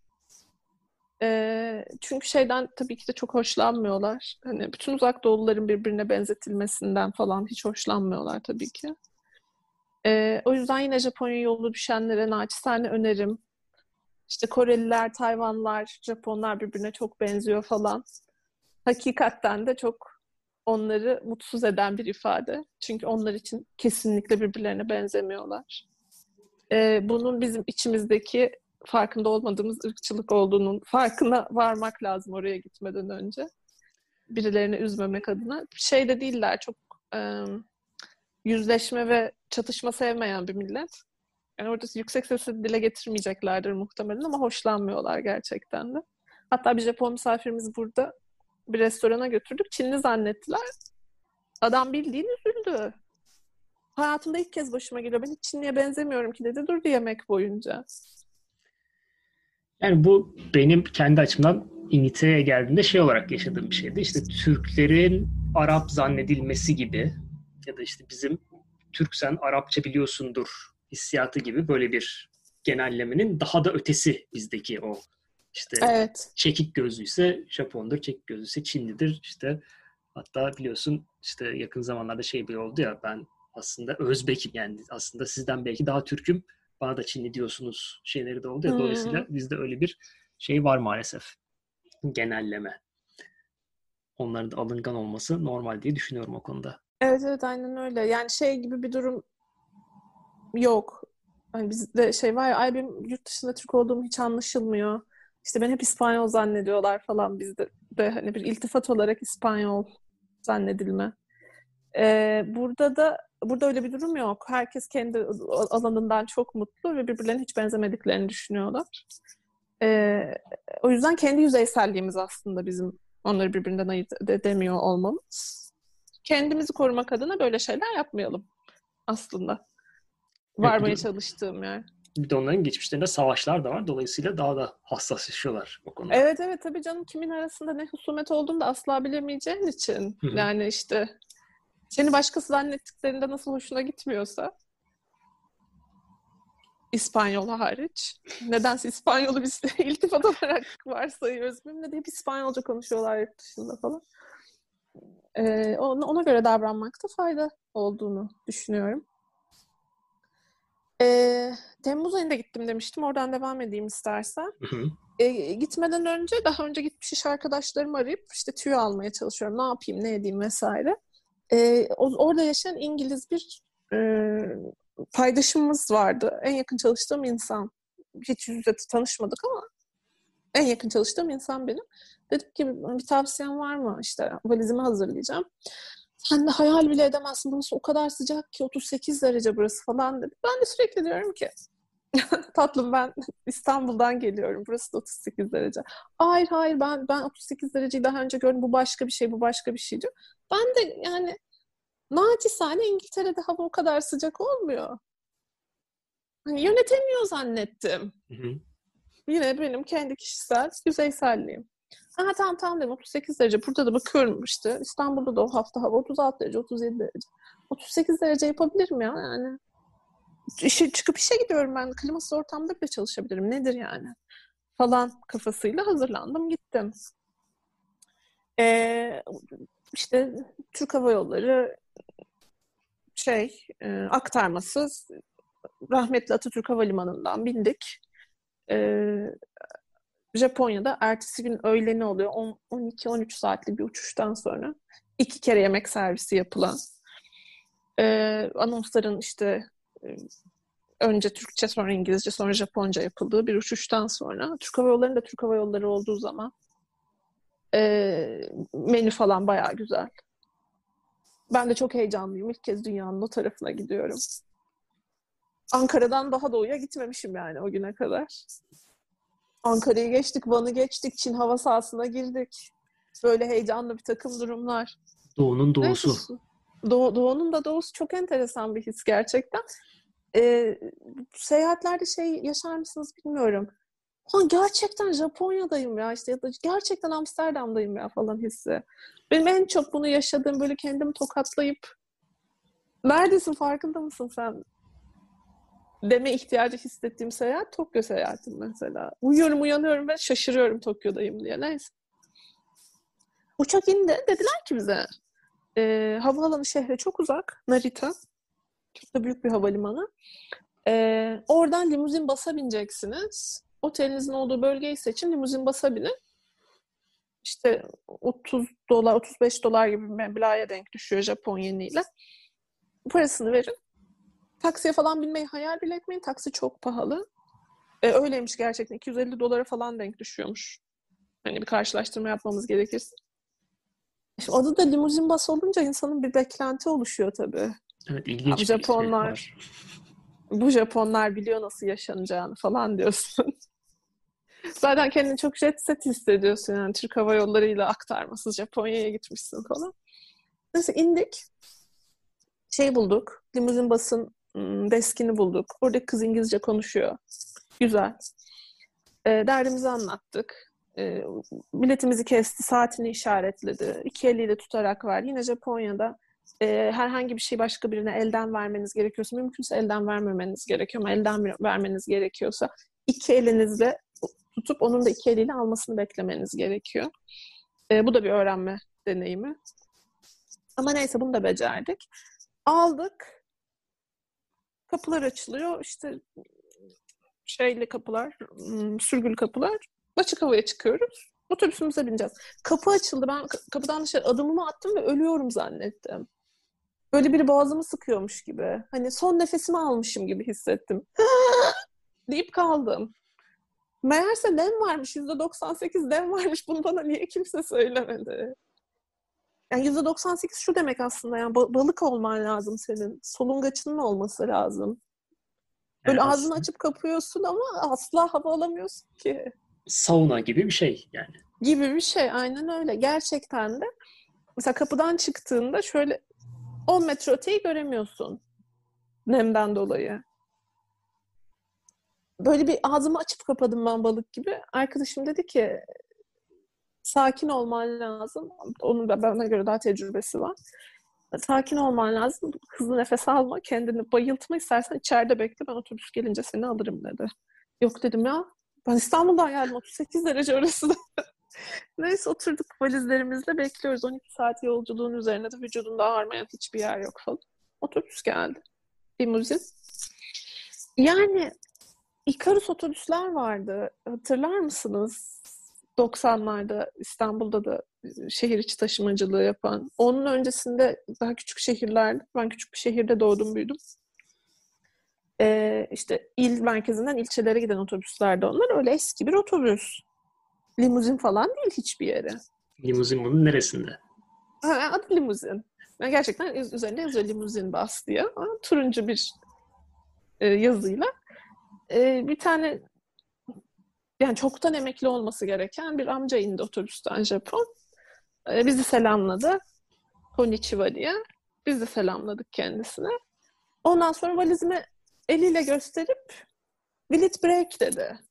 Ee, çünkü şeyden tabii ki de çok hoşlanmıyorlar. Hani bütün uzak doğuluların birbirine benzetilmesinden falan hiç hoşlanmıyorlar tabii ki. Ee, o yüzden yine Japonya yolu düşenlere naçizane önerim. İşte Koreliler, Tayvanlar, Japonlar birbirine çok benziyor falan. Hakikaten de çok onları mutsuz eden bir ifade. Çünkü onlar için kesinlikle birbirlerine benzemiyorlar. Ee, bunun bizim içimizdeki farkında olmadığımız ırkçılık olduğunun farkına varmak lazım oraya gitmeden önce. Birilerini üzmemek adına. Şey de değiller, çok e, yüzleşme ve çatışma sevmeyen bir millet. Yani orada yüksek sesle dile getirmeyeceklerdir muhtemelen ama hoşlanmıyorlar gerçekten de. Hatta bir Japon misafirimiz burada bir restorana götürdük. Çinli zannettiler. Adam bildiğin üzüldü. Hayatımda ilk kez başıma geliyor. Ben hiç Çinli'ye benzemiyorum ki dedi. Durdu yemek boyunca. Yani bu benim kendi açımdan İngiltere'ye geldiğimde şey olarak yaşadığım bir şeydi. İşte Türklerin Arap zannedilmesi gibi ya da işte bizim Türksen Arapça biliyorsundur hissiyatı gibi böyle bir genellemenin daha da ötesi bizdeki o işte Evet. çekik gözlüyse Japondur, çekik gözlüyse Çinlidir. İşte hatta biliyorsun işte yakın zamanlarda şey bir oldu ya ben aslında Özbek'im yani aslında sizden belki daha Türk'üm bana da Çinli diyorsunuz şeyleri de oldu ya. Hmm. Dolayısıyla bizde öyle bir şey var maalesef. Genelleme. Onların da alıngan olması normal diye düşünüyorum o konuda. Evet evet aynen öyle. Yani şey gibi bir durum yok. Hani bizde şey var ya, ay benim yurt dışında Türk olduğum hiç anlaşılmıyor. İşte ben hep İspanyol zannediyorlar falan bizde de hani bir iltifat olarak İspanyol zannedilme. Ee, burada da burada öyle bir durum yok. Herkes kendi alanından çok mutlu ve birbirlerine hiç benzemediklerini düşünüyorlar. Ee, o yüzden kendi yüzeyselliğimiz aslında bizim onları birbirinden ayırt edemiyor olmamız. Kendimizi korumak adına böyle şeyler yapmayalım aslında. Evet, bir de, Varmaya çalıştığım yer. bir de onların geçmişlerinde savaşlar da var. Dolayısıyla daha da hassaslaşıyorlar o konuda. Evet evet tabii canım kimin arasında ne husumet olduğunu da asla bilemeyeceğin için. Hı hı. Yani işte seni başkası zannettiklerinde nasıl hoşuna gitmiyorsa İspanyol hariç. Nedense İspanyol'u biz iltifat olarak varsayıyoruz. Benimle de hep İspanyolca konuşuyorlar yurt dışında falan. Ee, ona, ona göre davranmakta fayda olduğunu düşünüyorum. Ee, Temmuz ayında gittim demiştim. Oradan devam edeyim istersen. Hı hı. Ee, gitmeden önce daha önce gitmiş iş arkadaşlarımı arayıp işte tüyo almaya çalışıyorum. Ne yapayım, ne edeyim vesaire. Ee, o- orada yaşayan İngiliz bir e, paydaşımız vardı. En yakın çalıştığım insan. Hiç yüz yüze tanışmadık ama en yakın çalıştığım insan benim. Dedim ki bir tavsiyen var mı? İşte valizimi hazırlayacağım. Sen de hayal bile edemezsin. Burası o kadar sıcak ki otuz sekiz derece burası falan dedi. Ben de sürekli diyorum ki tatlım ben İstanbul'dan geliyorum. Burası da otuz sekiz derece. Hayır hayır ben ben otuz sekiz dereceyi daha önce gördüm. Bu başka bir şey, bu başka bir şey diyor. Ben de yani naçizane İngiltere'de hava o kadar sıcak olmuyor. Hani yönetemiyor zannettim. Hı hı. Yine benim kendi kişisel yüzeyselliğim. Ha tamam tamam dedim otuz sekiz derece. Burada da bakıyorum işte. İstanbul'da da o hafta hava otuz altı derece, otuz yedi derece. otuz sekiz derece yapabilirim ya yani. İşe, çıkıp işe gidiyorum ben. Klimasız ortamda bile çalışabilirim. Nedir yani? Falan kafasıyla hazırlandım gittim. Ee, işte Türk Hava Yolları şey e, aktarmasız rahmetli Atatürk Havalimanı'ndan bindik. Ee, Japonya'da ertesi gün öğleni oluyor. on iki on üç saatli bir uçuştan sonra. iki kere yemek servisi yapılan. Ee, anonsların işte e, önce Türkçe sonra İngilizce sonra Japonca yapıldığı bir uçuştan sonra. Türk Hava Yolları'nda Türk Hava Yolları olduğu zaman e, menü falan bayağı güzel. Ben de çok heyecanlıyım. İlk kez dünyanın o tarafına gidiyorum. Ankara'dan daha doğuya gitmemişim yani o güne kadar. Ankara'yı geçtik, Van'ı geçtik, Çin hava sahasına girdik. Böyle heyecanlı bir takım durumlar. Doğu'nun Neyse, doğusu. Doğu, Doğu'nun da doğusu çok enteresan bir his gerçekten. Ee, seyahatlerde şey yaşar mısınız bilmiyorum. Ha, gerçekten Japonya'dayım ya işte ya da gerçekten Amsterdam'dayım ya falan hissi. Benim en çok bunu yaşadığım böyle kendimi tokatlayıp neredesin farkında mısın sen deme ihtiyacı hissettiğim seyahat Tokyo seyahatim mesela. Uyuyorum uyanıyorum ve şaşırıyorum Tokyo'dayım diye. Neyse. Uçak indi. Dediler ki bize e, havaalanı şehre çok uzak. Narita. Çok da büyük bir havalimanı. E, oradan limuzin basa bineceksiniz. Otelinizin olduğu bölgeyi seçin. Limuzin basa binin. İşte otuz dolar, otuz beş dolar gibi bir meblağa denk düşüyor Japon yeniyle. Parasını verin. Taksiye falan binmeyi hayal bile etmeyin. Taksi çok pahalı. E, öyleymiş gerçekten. iki yüz elli dolara falan denk düşüyormuş. Hani bir karşılaştırma yapmamız gerekirse. Şimdi adı da limuzin bas olunca insanın bir beklenti oluşuyor tabii. Evet, Ya bu ilginç bir şey Japonlar, var. bu Japonlar biliyor nasıl yaşanacağını falan diyorsun. Zaten kendini çok jet set hissediyorsun yani Türk Hava Yolları'yla aktarmasız Japonya'ya gitmişsin falan. Neyse indik. Şey bulduk. Limuzin basın ım, deskini bulduk. Orada kız İngilizce konuşuyor. Güzel. E, derdimizi anlattık. E, biletimizi kesti, saatini işaretledi. İki eliyle tutarak ver. Yine Japonya'da e, herhangi bir şey başka birine elden vermeniz gerekiyorsa, mümkünse elden vermemeniz gerekiyor ama elden vermeniz gerekiyorsa iki elinizle tutup onun da iki eliyle almasını beklemeniz gerekiyor. E, bu da bir öğrenme deneyimi. Ama neyse bunu da becerdik. Aldık. Kapılar açılıyor. İşte şeyli kapılar, sürgülü kapılar. Açık havaya çıkıyoruz. Otobüsümüze bineceğiz. Kapı açıldı. Ben kapıdan dışarı adımımı attım ve ölüyorum zannettim. Böyle biri boğazımı sıkıyormuş gibi. Hani son nefesimi almışım gibi hissettim. deyip kaldım. Meğerse nem varmış. yüzde doksan sekiz nem varmış. Bunu bana niye kimse söylemedi? Yani yüzde doksan sekiz şu demek aslında. Yani balık olman lazım senin. Solungaçının olması lazım. Yani Böyle ağzını aslında açıp kapıyorsun ama asla hava alamıyorsun ki. sauna gibi bir şey yani. Gibi bir şey. Aynen öyle. Gerçekten de. Mesela kapıdan çıktığında şöyle on metre öteyi göremiyorsun. Nemden dolayı. Böyle bir ağzımı açıp kapadım ben balık gibi. Arkadaşım dedi ki sakin olman lazım. Onun da bana göre daha tecrübesi var. Sakin olman lazım. Hızlı nefes alma. Kendini bayıltma. İstersen içeride bekle. Ben otobüs gelince seni alırım dedi. Yok dedim ya. Ben İstanbul'dan geldim. otuz sekiz derece orası da. Neyse oturduk valizlerimizle bekliyoruz. on iki saat yolculuğun üzerine de vücudunda ağrımayan hiçbir yer yok falan. Otobüs geldi. Limuzin. Yani Ikarus otobüsler vardı. Hatırlar mısınız? doksanlarda İstanbul'da da şehir içi taşımacılığı yapan. Onun öncesinde daha küçük şehirlerde, ben küçük bir şehirde doğdum büyüdüm. Ee, işte il merkezinden ilçelere giden otobüslerde onlar öyle eski bir otobüs. Limuzin falan değil hiçbir yere. Limuzin bunun neresinde? Ha, adı limuzin. Yani gerçekten üzerinde yazıyor limuzin bas diye. Ama turuncu bir e, yazıyla. E, bir tane yani çoktan emekli olması gereken bir amca indi otobüsten, Japon. E, bizi selamladı. Konnichiwa diye. Biz de selamladık kendisine. Ondan sonra valizimi eliyle gösterip "Will it break?" dedi.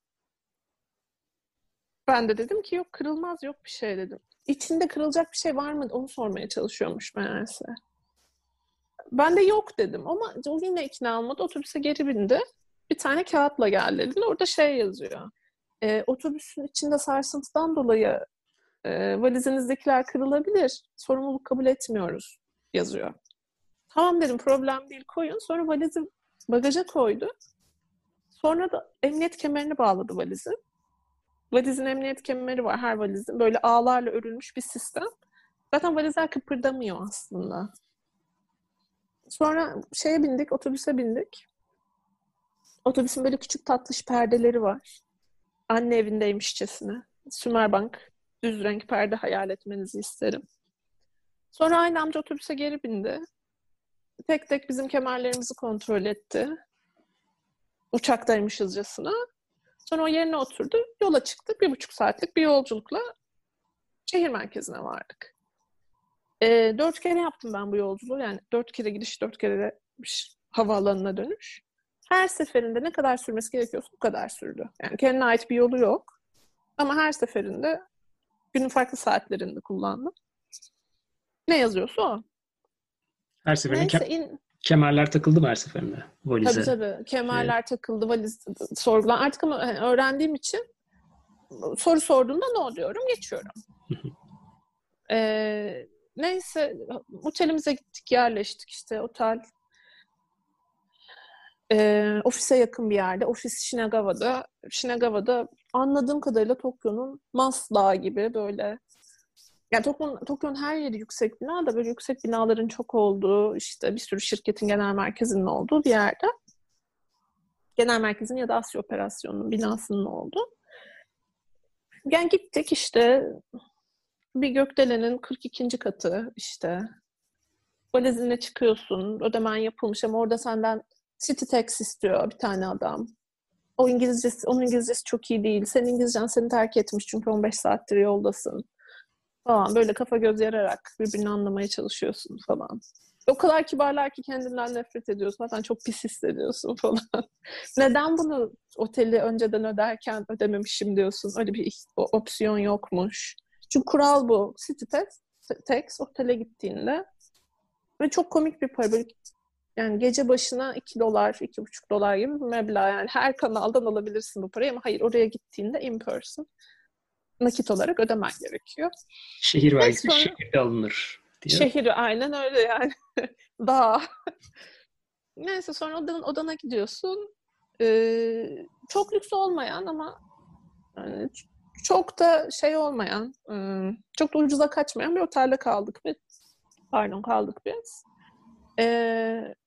Ben de dedim ki yok, kırılmaz, yok bir şey dedim. İçinde kırılacak bir şey var mı onu sormaya çalışıyormuş meğerse. Ben de yok dedim ama o yine ikna olmadı. Otobüse geri bindi. Bir tane kağıtla geldi dedi. Orada şey yazıyor. E, otobüsün içinde sarsıntıdan dolayı e, valizinizdekiler kırılabilir. Sorumluluk kabul etmiyoruz yazıyor. Tamam dedim, problem değil, koyun. Sonra valizi bagaja koydu. Sonra da emniyet kemerini bağladı valizi. Valizin emniyet kemeri var her valizin. Böyle ağlarla örülmüş bir sistem. Zaten valizler kıpırdamıyor aslında. Sonra şeye bindik, otobüse bindik. Otobüsün böyle küçük tatlış perdeleri var. Anne evindeymişçesine. Sümerbank düz renk perde hayal etmenizi isterim. Sonra aynı amca otobüse geri bindi. Tek tek bizim kemerlerimizi kontrol etti. Uçaktaymışızcasına. Sonra o yerine oturdu. Yola çıktık. Bir buçuk saatlik bir yolculukla şehir merkezine vardık. E, dört kere yaptım ben bu yolculuğu. Yani dört kere gidiş, dört kere de havaalanına dönüş. Her seferinde ne kadar sürmesi gerekiyorsa o kadar sürdü. Yani kendine ait bir yolu yok. Ama her seferinde günün farklı saatlerinde kullandım. Ne yazıyorsa o. Her seferinde Neyse ke- in... kemerler takıldı mı her seferinde Tabii valize? tabii. Kemerler Şey, takıldı, valiz sorgulan. Artık ama hani öğrendiğim için soru sorduğunda no diyorum, geçiyorum. Ee, neyse otelimize gittik, yerleştik işte otel. Ee, ofise yakın bir yerde. Ofis Shinagawa'da. Shinagawa'da anladığım kadarıyla Tokyo'nun Mas Dağı gibi böyle. Yani Tokyo'nun, Tokyo'nun her yeri yüksek bina da böyle yüksek binaların çok olduğu, işte bir sürü şirketin genel merkezinin olduğu bir yerde. Genel merkezin ya da Asya operasyonunun binasının olduğu. Yani gittik işte bir gökdelenin kırk ikinci katı işte. Valizinle çıkıyorsun. Ödemen yapılmış ama orada senden City Tax istiyor bir tane adam. O İngilizcesi, onun İngilizcesi çok iyi değil. Senin İngilizcen seni terk etmiş çünkü on beş saattir yoldasın. Falan böyle kafa göz yararak birbirini anlamaya çalışıyorsun falan. O kadar kibarlar ki kendinden nefret ediyorsun. Zaten çok pis hissediyorsun falan. Neden bunu oteli önceden öderken ödememişim diyorsun. Öyle bir opsiyon yokmuş. Çünkü kural bu. City Tax, tax otele gittiğinde ve çok komik bir para. Böyle, yani gece başına iki dolar, iki buçuk dolar gibi bir meblağ. Yani her kanaldan alabilirsin bu parayı ama hayır, oraya gittiğinde in person nakit olarak ödemen gerekiyor. şehir Neyse vergisi sonra şehirde alınır diye. şehri aynen öyle yani. Dağ. Neyse sonra odan, odana gidiyorsun. Ee, çok lüks olmayan ama yani çok da şey olmayan, çok da ucuza kaçmayan bir otelde kaldık biz. Pardon kaldık biz. Ee,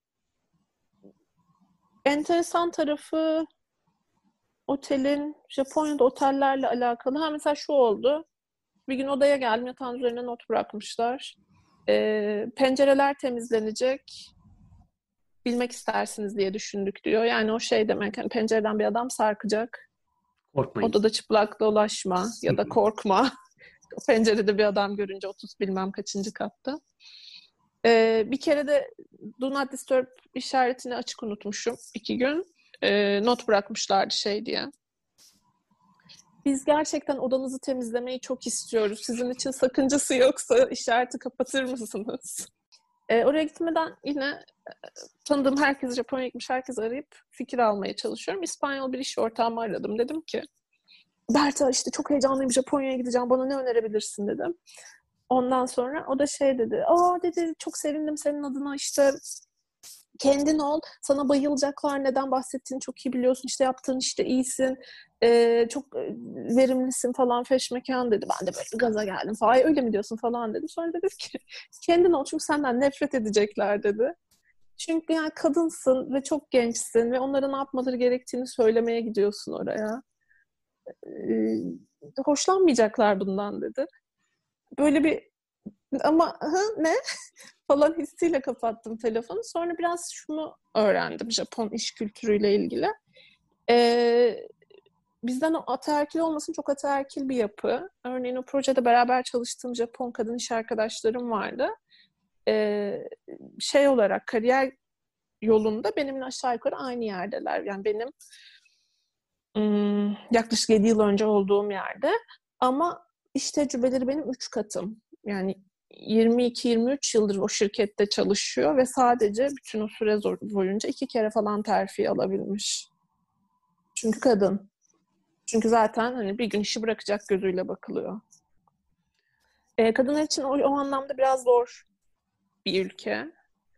enteresan tarafı otelin Japonya'da otellerle alakalı. Ha mesela şu oldu. Bir gün odaya geldim. Yatağın üzerine not bırakmışlar. Ee, pencereler temizlenecek. Bilmek istersiniz diye düşündük diyor. Yani o şey demek. Hani pencereden bir adam sarkacak. Korkmayın. Odada çıplak dolaşma ya da korkma. Pencerede bir adam görünce otuz bilmem kaçıncı katta. Ee, bir kere de Do Not Disturb işaretini açık unutmuşum. iki gün. Ee, not bırakmışlardı şey diye. Biz gerçekten odanızı temizlemeyi çok istiyoruz. Sizin için sakıncası yoksa işareti kapatır mısınız? E, oraya gitmeden yine tanıdığım herkes, Japonya'ya gitmiş herkes arayıp fikir almaya çalışıyorum. İspanyol bir iş ortağımı aradım. Dedim ki Berta işte çok heyecanlıyım, Japonya'ya gideceğim, bana ne önerebilirsin dedim. Ondan sonra o da şey dedi. Aa dedi, çok sevindim senin adına, işte kendin ol, sana bayılacaklar, neden bahsettiğini çok iyi biliyorsun, işte yaptığın işte iyisin, e, çok verimlisin falan feşmekan dedi. Ben de böyle bir gaza geldim falan, öyle mi diyorsun falan dedim. Sonra dedi ki kendin ol çünkü senden nefret edecekler dedi. Çünkü yani kadınsın ve çok gençsin ve onlara ne yapmaları gerektiğini söylemeye gidiyorsun oraya. e, hoşlanmayacaklar bundan dedi. Böyle bir ama hı, ne falan hissiyle kapattım telefonu. Sonra biraz şunu öğrendim Japon iş kültürüyle ilgili. Ee, bizden o ataerkil olmasın, çok ataerkil bir yapı. Örneğin o projede beraber çalıştığım Japon kadın iş arkadaşlarım vardı. Ee, şey olarak kariyer yolunda benimle aşağı yukarı aynı yerdeler. Yani benim ım, yaklaşık yedi yıl önce olduğum yerde. Ama iş tecrübeleri benim üç katım. Yani yirmi iki yirmi üç yıldır o şirkette çalışıyor ve sadece bütün o süre boyunca iki kere falan terfi alabilmiş. Çünkü kadın. Çünkü zaten hani bir gün işi bırakacak gözüyle bakılıyor. E, kadınlar için o, o anlamda biraz zor bir ülke.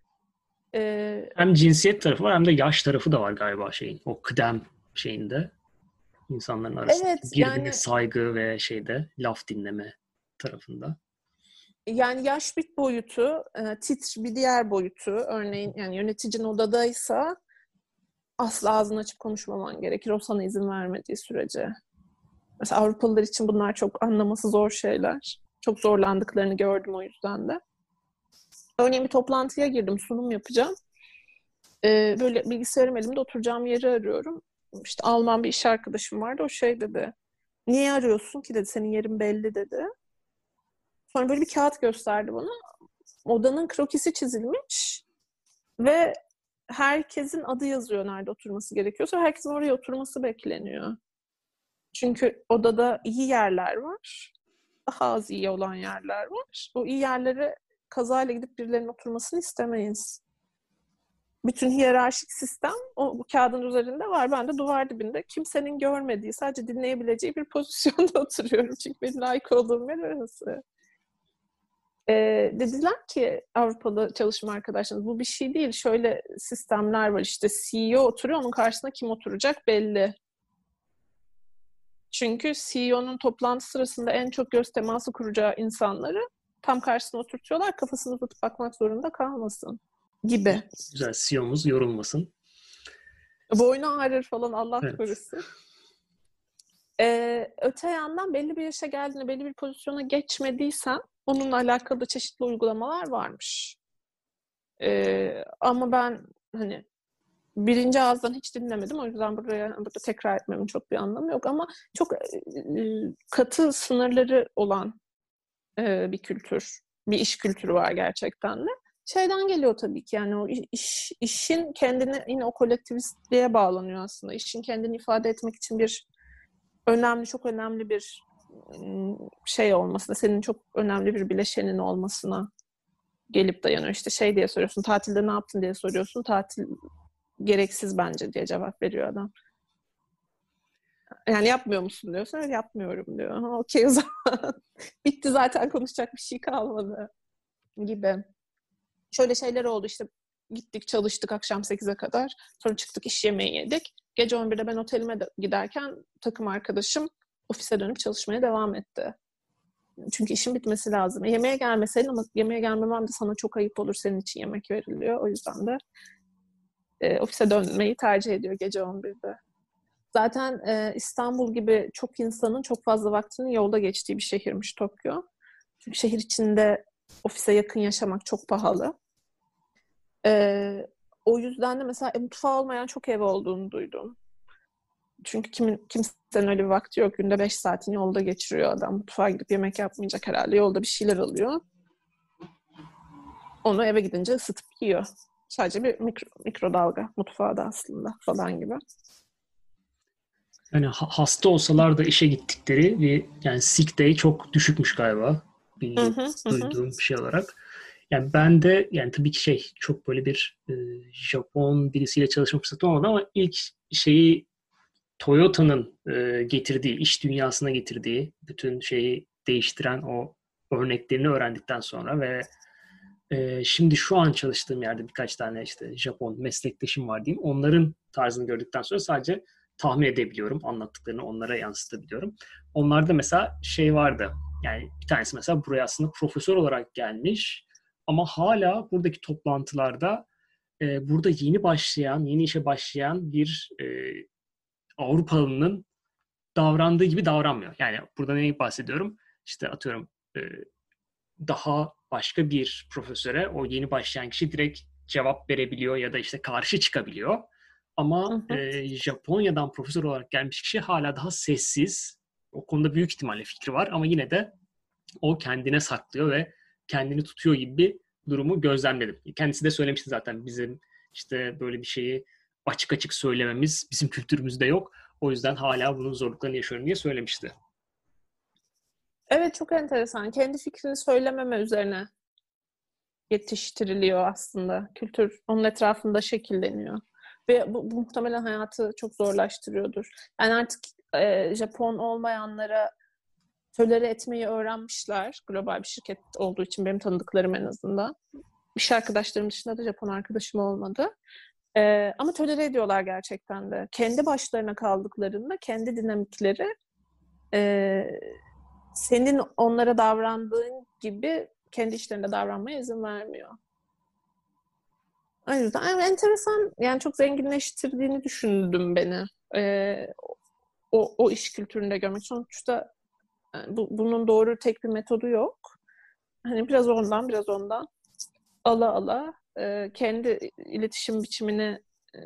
E, Hem cinsiyet tarafı var hem de yaş tarafı da var galiba şeyin. O kıdem şeyinde. İnsanların arasındaki evet birbirine yani saygı ve şeyde laf dinleme tarafında. yani yaş bir boyutu, e, titr bir diğer boyutu. Örneğin yani yöneticin odadaysa asla ağzını açıp konuşmaman gerekir. O sana izin vermediği sürece. Mesela Avrupalılar için bunlar çok anlaması zor şeyler. Çok zorlandıklarını gördüm o yüzden de. Örneğin bir toplantıya girdim, sunum yapacağım. Ee, böyle bilgisayarım elimde oturacağım yeri arıyorum. İşte Alman bir iş arkadaşım vardı. O şey dedi. Niye arıyorsun ki dedi. Senin yerin belli dedi. Sonra böyle bir kağıt gösterdi bana. Odanın krokisi çizilmiş ve herkesin adı yazıyor nerede oturması gerekiyorsa. Herkesin oraya oturması bekleniyor. Çünkü odada iyi yerler var. Daha az iyi olan yerler var. O iyi yerlere kazayla gidip birilerinin oturmasını istemeyiz. Bütün hiyerarşik sistem o bu kağıdın üzerinde var. Ben de duvar dibinde kimsenin görmediği, sadece dinleyebileceği bir pozisyonda oturuyorum. Çünkü benim layık olduğum yer orası. Ee, dediler ki Avrupalı çalışma arkadaşlarımız bu bir şey değil. Şöyle sistemler var işte C E O oturuyor, onun karşısına kim oturacak belli. Çünkü C E O'nun toplantı sırasında en çok göz teması kuracağı insanları tam karşısına oturtuyorlar. Kafasını uzatıp bakmak zorunda kalmasın gibi. Güzel, C E O'muz yorulmasın. Boynu ağrır falan Allah Evet. korusun. Ee, öte yandan belli bir yaşa geldiğinde belli bir pozisyona geçmediysen onunla alakalı da çeşitli uygulamalar varmış. Ee, ama ben hani birinci ağızdan hiç dinlemedim. O yüzden buraya burada tekrar etmemin çok bir anlamı yok. Ama çok e, katı sınırları olan e, bir kültür, bir iş kültürü var gerçekten de. Şeyden geliyor tabii ki yani o iş, işin kendini yine o kolektivistliğe bağlanıyor aslında. İşin kendini ifade etmek için bir önemli, çok önemli bir şey olmasına, senin çok önemli bir bileşenin olmasına gelip dayanıyor. İşte şey diye soruyorsun, tatilde ne yaptın diye soruyorsun. Tatil gereksiz bence diye cevap veriyor adam. Yani yapmıyor musun diyorsun. Evet yapmıyorum diyor. Okey o zaman. Bitti zaten konuşacak bir şey kalmadı gibi. Şöyle şeyler oldu işte gittik çalıştık akşam sekize kadar. Sonra çıktık iş yemeği yedik. Gece on birde ben otelime giderken takım arkadaşım ofise dönüp çalışmaya devam etti. Çünkü işin bitmesi lazım. Yemeğe gelmeseydin ama yemeğe gelmemem de sana çok ayıp olur. Senin için yemek veriliyor. O yüzden de e, ofise dönmeyi tercih ediyor gece on birde. Zaten e, İstanbul gibi çok insanın çok fazla vaktinin yolda geçtiği bir şehirmiş Tokyo. Çünkü şehir içinde ofise yakın yaşamak çok pahalı. E, o yüzden de mesela e, mutfağı olmayan çok ev olduğunu duydum. Çünkü kimin, kimsenin öyle bir vakti yok. Günde beş saatini yolda geçiriyor adam. Mutfağa gidip yemek yapmayacak herhalde. Yolda bir şeyler alıyor. Onu eve gidince ısıtıp yiyor. Sadece bir mikro, mikrodalga mutfağı da aslında falan gibi. Yani ha- hasta olsalar da işe gittikleri bir yani sick day çok düşükmüş galiba. Hı Bildiğim, hı, hı hı. duyduğum bir şey olarak. Yani ben de yani tabii ki şey çok böyle bir e, Japon birisiyle çalışma fırsatım olmadı ama ilk şeyi Toyota'nın e, getirdiği, iş dünyasına getirdiği bütün şeyi değiştiren o örneklerini öğrendikten sonra ve e, şimdi şu an çalıştığım yerde birkaç tane işte Japon meslektaşım var diyeyim. Onların tarzını gördükten sonra sadece tahmin edebiliyorum. Anlattıklarını onlara yansıtabiliyorum. Onlarda mesela şey vardı. Yani bir tanesi mesela buraya aslında profesör olarak gelmiş ama hala buradaki toplantılarda e, burada yeni başlayan, yeni işe başlayan bir e, Avrupalının davrandığı gibi davranmıyor. Yani burada neyi bahsediyorum? İşte atıyorum e, daha başka bir profesöre o yeni başlayan kişi direkt cevap verebiliyor ya da işte karşı çıkabiliyor. Hı Ama hı. e, Japonya'dan profesör olarak gelmiş kişi hala daha sessiz. O konuda büyük ihtimalle fikri var ama yine de o kendine saklıyor ve kendini tutuyor gibi bir durumu gözlemledim. Kendisi de söylemişti zaten, bizim işte böyle bir şeyi açık açık söylememiz bizim kültürümüzde yok. O yüzden hala bunun zorluklarını yaşıyorum diye söylemişti. Evet, çok enteresan. Kendi fikrini söylememe üzerine yetiştiriliyor aslında. Kültür onun etrafında şekilleniyor. Ve bu, bu muhtemelen hayatı çok zorlaştırıyordur. Yani artık e, Japon olmayanlara tolere etmeyi öğrenmişler. Global bir şirket olduğu için benim tanıdıklarım en azından. İş arkadaşlarım dışında da Japon arkadaşım olmadı. E, ama tolere ediyorlar gerçekten de. Kendi başlarına kaldıklarında kendi dinamikleri e, senin onlara davrandığın gibi kendi işlerinde davranmaya izin vermiyor. O yüzden yani enteresan, yani çok zenginleştirdiğini düşündüm beni. Ee, o, o iş kültüründe görmek. Sonuçta yani bu, bunun doğru tek bir metodu yok. Hani biraz ondan biraz ondan ala ala e, kendi iletişim biçimini e,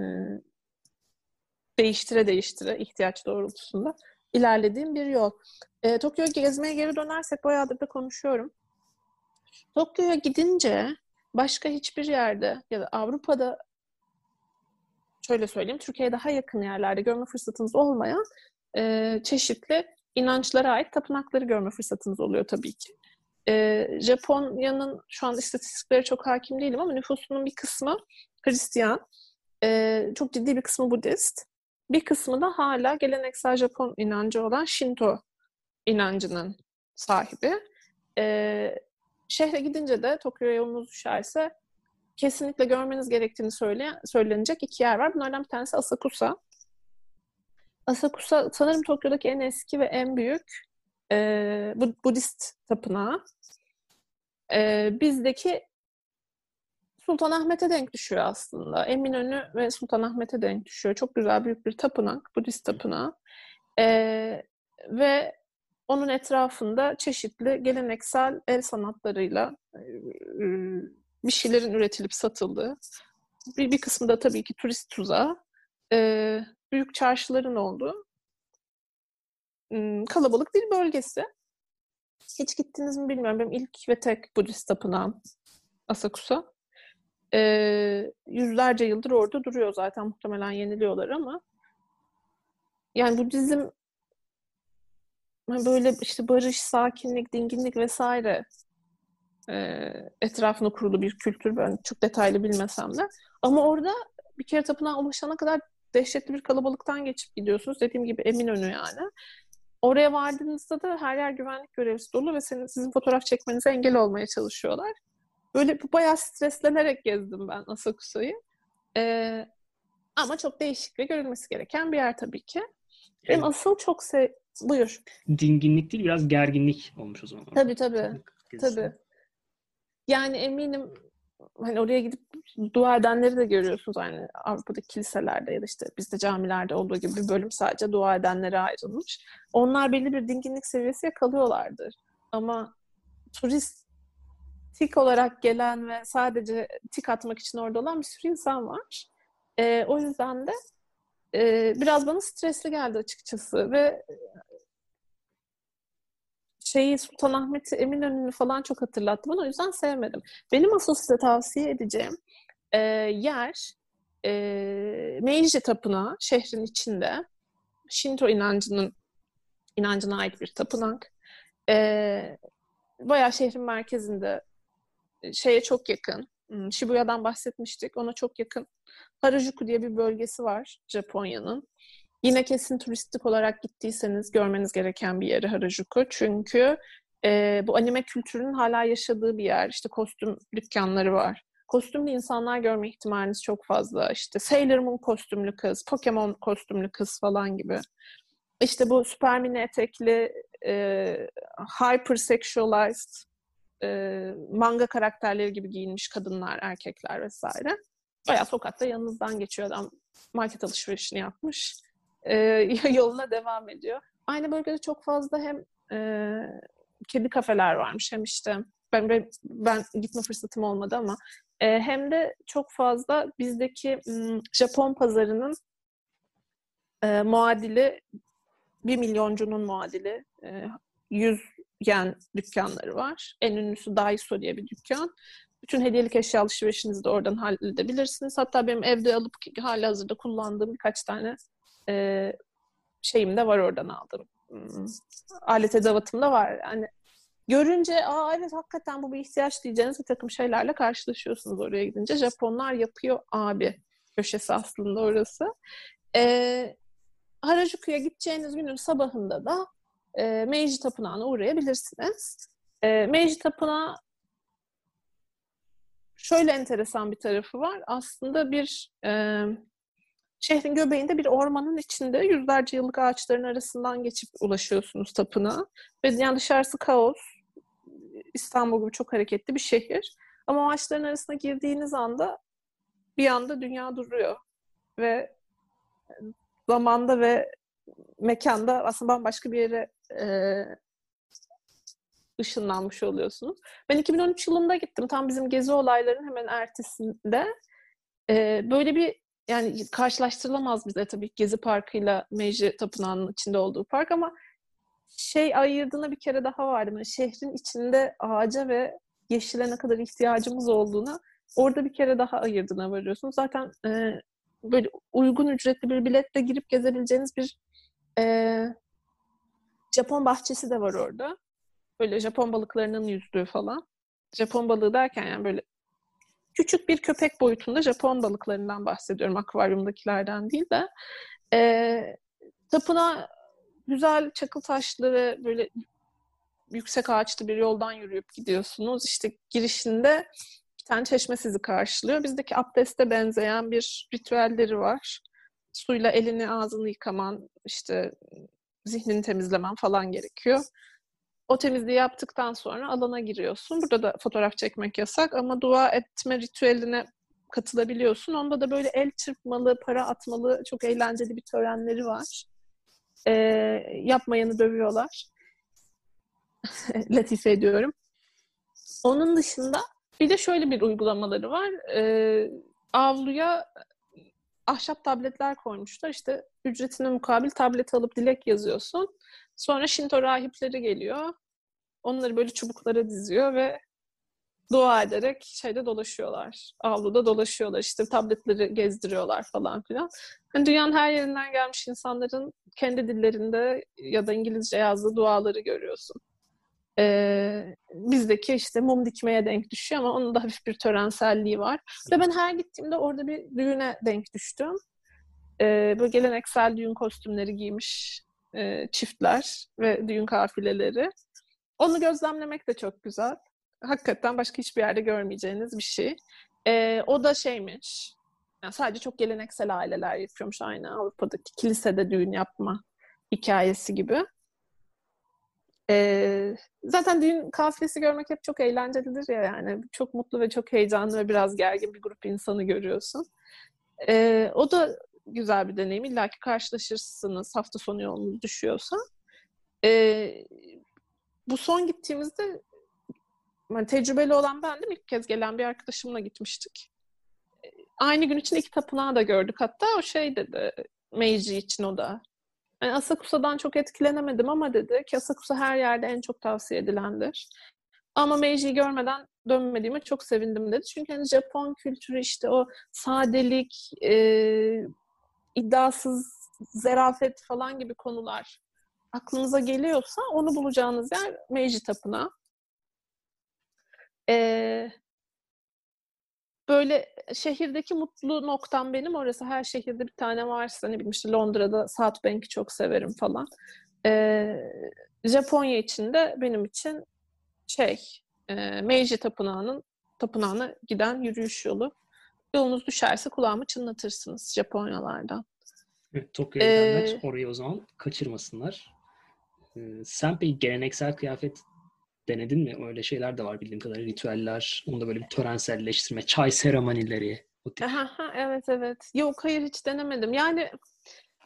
değiştire değiştire ihtiyaç doğrultusunda ilerlediğim bir yol. E, Tokyo'ya gezmeye geri dönersek bayağıdır da konuşuyorum. Tokyo'ya gidince başka hiçbir yerde ya da Avrupa'da, şöyle söyleyeyim, Türkiye'ye daha yakın yerlerde görme fırsatınız olmayan e, çeşitli inançlara ait tapınakları görme fırsatınız oluyor tabii ki. E, Japonya'nın şu an istatistikleri çok hakim değilim ama nüfusunun bir kısmı Hristiyan, e, çok ciddi bir kısmı Budist, bir kısmı da hala geleneksel Japon inancı olan Shinto inancının sahibi. E, şehre gidince de Tokyo'ya yolunuz düşerse kesinlikle görmeniz gerektiğini söyleyen, söylenecek iki yer var. Bunlardan bir tanesi Asakusa. Asakusa sanırım Tokyo'daki en eski ve en büyük e, Budist tapınağı. E, bizdeki Sultanahmet'e denk düşüyor aslında. Eminönü ve Sultanahmet'e denk düşüyor. Çok güzel büyük bir tapınak, Budist tapınağı. E, ve onun etrafında çeşitli geleneksel el sanatlarıyla e, bir şeylerin üretilip satıldığı, bir, bir kısmı da tabii ki turist tuzağı, e, büyük çarşıların olduğu kalabalık bir bölgesi. Hiç gittiniz mi bilmiyorum. Benim ilk ve tek Budist tapınağım Asakusa. E, yüzlerce yıldır orada duruyor zaten. Muhtemelen yeniliyorlar ama yani Budizm böyle işte barış, sakinlik, dinginlik vesaire e, etrafına kurulu bir kültür. Ben çok detaylı bilmesem de. Ama orada bir kere tapınağa ulaşana kadar dehşetli bir kalabalıktan geçip gidiyorsunuz. Dediğim gibi Eminönü yani. Oraya vardığınızda da her yer güvenlik görevlisi dolu ve senin, sizin fotoğraf çekmenize engel olmaya çalışıyorlar. Böyle bayağı streslenerek gezdim ben Asakusa'yı. Ee, ama çok değişik ve görülmesi gereken bir yer tabii ki. Benim Yani asıl çok sev... Buyur. dinginlik değil, biraz gerginlik olmuş o zaman. Tabii tabii. Gezisi. Tabii. Yani eminim hani oraya gidip dua edenleri de görüyorsunuz, yani Avrupa'daki kiliselerde ya da işte bizde camilerde olduğu gibi bir bölüm sadece dua edenlere ayrılmış. Onlar belli bir dinginlik seviyesi yakalıyorlardır. Ama turistik olarak gelen ve sadece tik atmak için orada olan bir sürü insan var. Ee, o yüzden de e, biraz bana stresli geldi açıkçası ve şeyi Sultanahmet'i, Eminönü'nü falan çok hatırlattı bana. O yüzden sevmedim. Benim asıl size tavsiye edeceğim e, yer e, Meiji Tapınağı, şehrin içinde. Shinto inancının inancına ait bir tapınak. E, bayağı şehrin merkezinde, şeye çok yakın. Shibuya'dan bahsetmiştik. Ona çok yakın Harajuku diye bir bölgesi var Japonya'nın. Yine kesin turistik olarak gittiyseniz görmeniz gereken bir yeri Harajuku. Çünkü e, bu anime kültürünün hala yaşadığı bir yer. İşte kostüm dükkanları var. Kostümlü insanlar görme ihtimaliniz çok fazla. İşte Sailor Moon kostümlü kız, Pokemon kostümlü kız falan gibi. İşte bu süper mini etekli, e, hypersexualized e, manga karakterleri gibi giyinmiş kadınlar, erkekler vesaire. Bayağı sokakta yanınızdan geçiyor adam, market alışverişini yapmış. e, yoluna devam ediyor. Aynı bölgede çok fazla hem e, kedi kafeler varmış, hem işte ben, ben, ben gitme fırsatım olmadı ama e, hem de çok fazla bizdeki m, Japon pazarının e, muadili, bir milyoncunun muadili e, yüz yen dükkanları var. En ünlüsü Daiso diye bir dükkan. Bütün hediyelik eşya alışverişinizi de oradan halledebilirsiniz. Hatta benim evde alıp halihazırda kullandığım birkaç tane e, şeyim de var, oradan aldım. Hmm. Alet edevatım da var. Yani görünce aa evet hakikaten bu bir ihtiyaç diyeceğiniz bir takım şeylerle karşılaşıyorsunuz oraya gidince. Japonlar yapıyor abi köşesi aslında orası. Ee, Harajuku'ya gideceğiniz günün sabahında da e, Meiji Tapınağı'na uğrayabilirsiniz. E, Meiji Tapınağı şöyle enteresan bir tarafı var. Aslında bir e, şehrin göbeğinde bir ormanın içinde yüzlerce yıllık ağaçların arasından geçip ulaşıyorsunuz tapınağa. Ve yani dışarısı kaos. İstanbul gibi çok hareketli bir şehir. Ama ağaçların arasına girdiğiniz anda bir anda dünya duruyor. Ve zamanda ve mekanda aslında bambaşka bir yere e, ışınlanmış oluyorsunuz. Ben iki bin on üç yılında gittim. Tam bizim gezi olaylarının hemen ertesinde. E, böyle bir, yani karşılaştırılamaz bize tabii Gezi Parkı'yla Meiji Tapınağı'nın içinde olduğu park, ama şey ayırdığına bir kere daha vardı. Yani şehrin içinde ağaca ve yeşile ne kadar ihtiyacımız olduğuna orada bir kere daha ayırdığına varıyorsunuz. Zaten e, böyle uygun ücretli bir biletle girip gezebileceğiniz bir e, Japon bahçesi de var orada. Böyle Japon balıklarının yüzdüğü falan. Japon balığı derken yani böyle küçük bir köpek boyutunda Japon balıklarından bahsediyorum. Akvaryumdakilerden değil de. E, tapınağa güzel çakıl taşlı ve böyle yüksek ağaçlı bir yoldan yürüyüp gidiyorsunuz. İşte girişinde bir tane çeşme sizi karşılıyor. Bizdeki abdeste benzeyen bir ritüelleri var. Suyla elini ağzını yıkaman, işte zihnini temizlemen falan gerekiyor. O temizliği yaptıktan sonra alana giriyorsun. Burada da fotoğraf çekmek yasak ama dua etme ritüeline katılabiliyorsun. Onda da böyle el çırpmalı, para atmalı çok eğlenceli bir törenleri var. Ee, yapmayanı dövüyorlar. Latife ediyorum. Onun dışında bir de şöyle bir uygulamaları var. Ee, avluya ahşap tabletler koymuşlar. İşte ücretine mukabil tablet alıp dilek yazıyorsun. Sonra Şinto rahipleri geliyor. Onları böyle çubuklara diziyor ve dua ederek şeyde dolaşıyorlar. Avluda dolaşıyorlar. İşte tabletleri gezdiriyorlar falan filan. Yani dünyanın her yerinden gelmiş insanların kendi dillerinde ya da İngilizce yazdığı duaları görüyorsun. Ee, bizdeki işte mum dikmeye denk düşüyor ama onun da hafif bir törenselliği var. Ve ben her gittiğimde orada bir düğüne denk düştüm. Ee, böyle geleneksel düğün kostümleri giymiş e, çiftler ve düğün kafileleri. Onu gözlemlemek de çok güzel. Hakikaten başka hiçbir yerde görmeyeceğiniz bir şey. Ee, o da şeymiş, yani sadece çok geleneksel aileler yapıyormuş, aynı Avrupa'daki kilisede düğün yapma hikayesi gibi. Ee, zaten düğün kafilesi görmek hep çok eğlencelidir ya yani. Çok mutlu ve çok heyecanlı ve biraz gergin bir grup insanı görüyorsun. Ee, o da güzel bir deneyim. İlla ki karşılaşırsınız hafta sonu yolunuz düşüyorsa. Ee, bu son gittiğimizde yani tecrübeli olan bendim. İlk kez gelen bir arkadaşımla gitmiştik. Aynı gün için iki tapınağı da gördük. Hatta o şey dedi, Meiji için o da. Yani Asakusa'dan çok etkilenemedim ama dedi ki Asakusa her yerde en çok tavsiye edilendir. Ama Meiji'yi görmeden dönmediğime çok sevindim dedi. Çünkü hani Japon kültürü, işte o sadelik, e, iddiasız zarafet falan gibi konular aklınıza geliyorsa onu bulacağınız yer Meiji Tapınağı. Ee, böyle şehirdeki mutlu noktam benim orası. Her şehirde bir tane varsa, ne bileyim işte Londra'da South Bank'i çok severim falan. Ee, Japonya için de benim için şey e, Meiji Tapınağı'nın tapınağına giden yürüyüş yolu. Yolunuz düşerse kulağımı çınlatırsınız Japonyalardan. Evet, Tokyo'ya gidenler Ee, orayı o zaman kaçırmasınlar. Ee, sen peki geleneksel kıyafet denedin mi? Öyle şeyler de var bildiğim kadarıyla. Ritüeller, onu da böyle bir törenselleştirme, çay seremonileri, o tip. aha, evet evet. Yok hayır hiç denemedim. Yani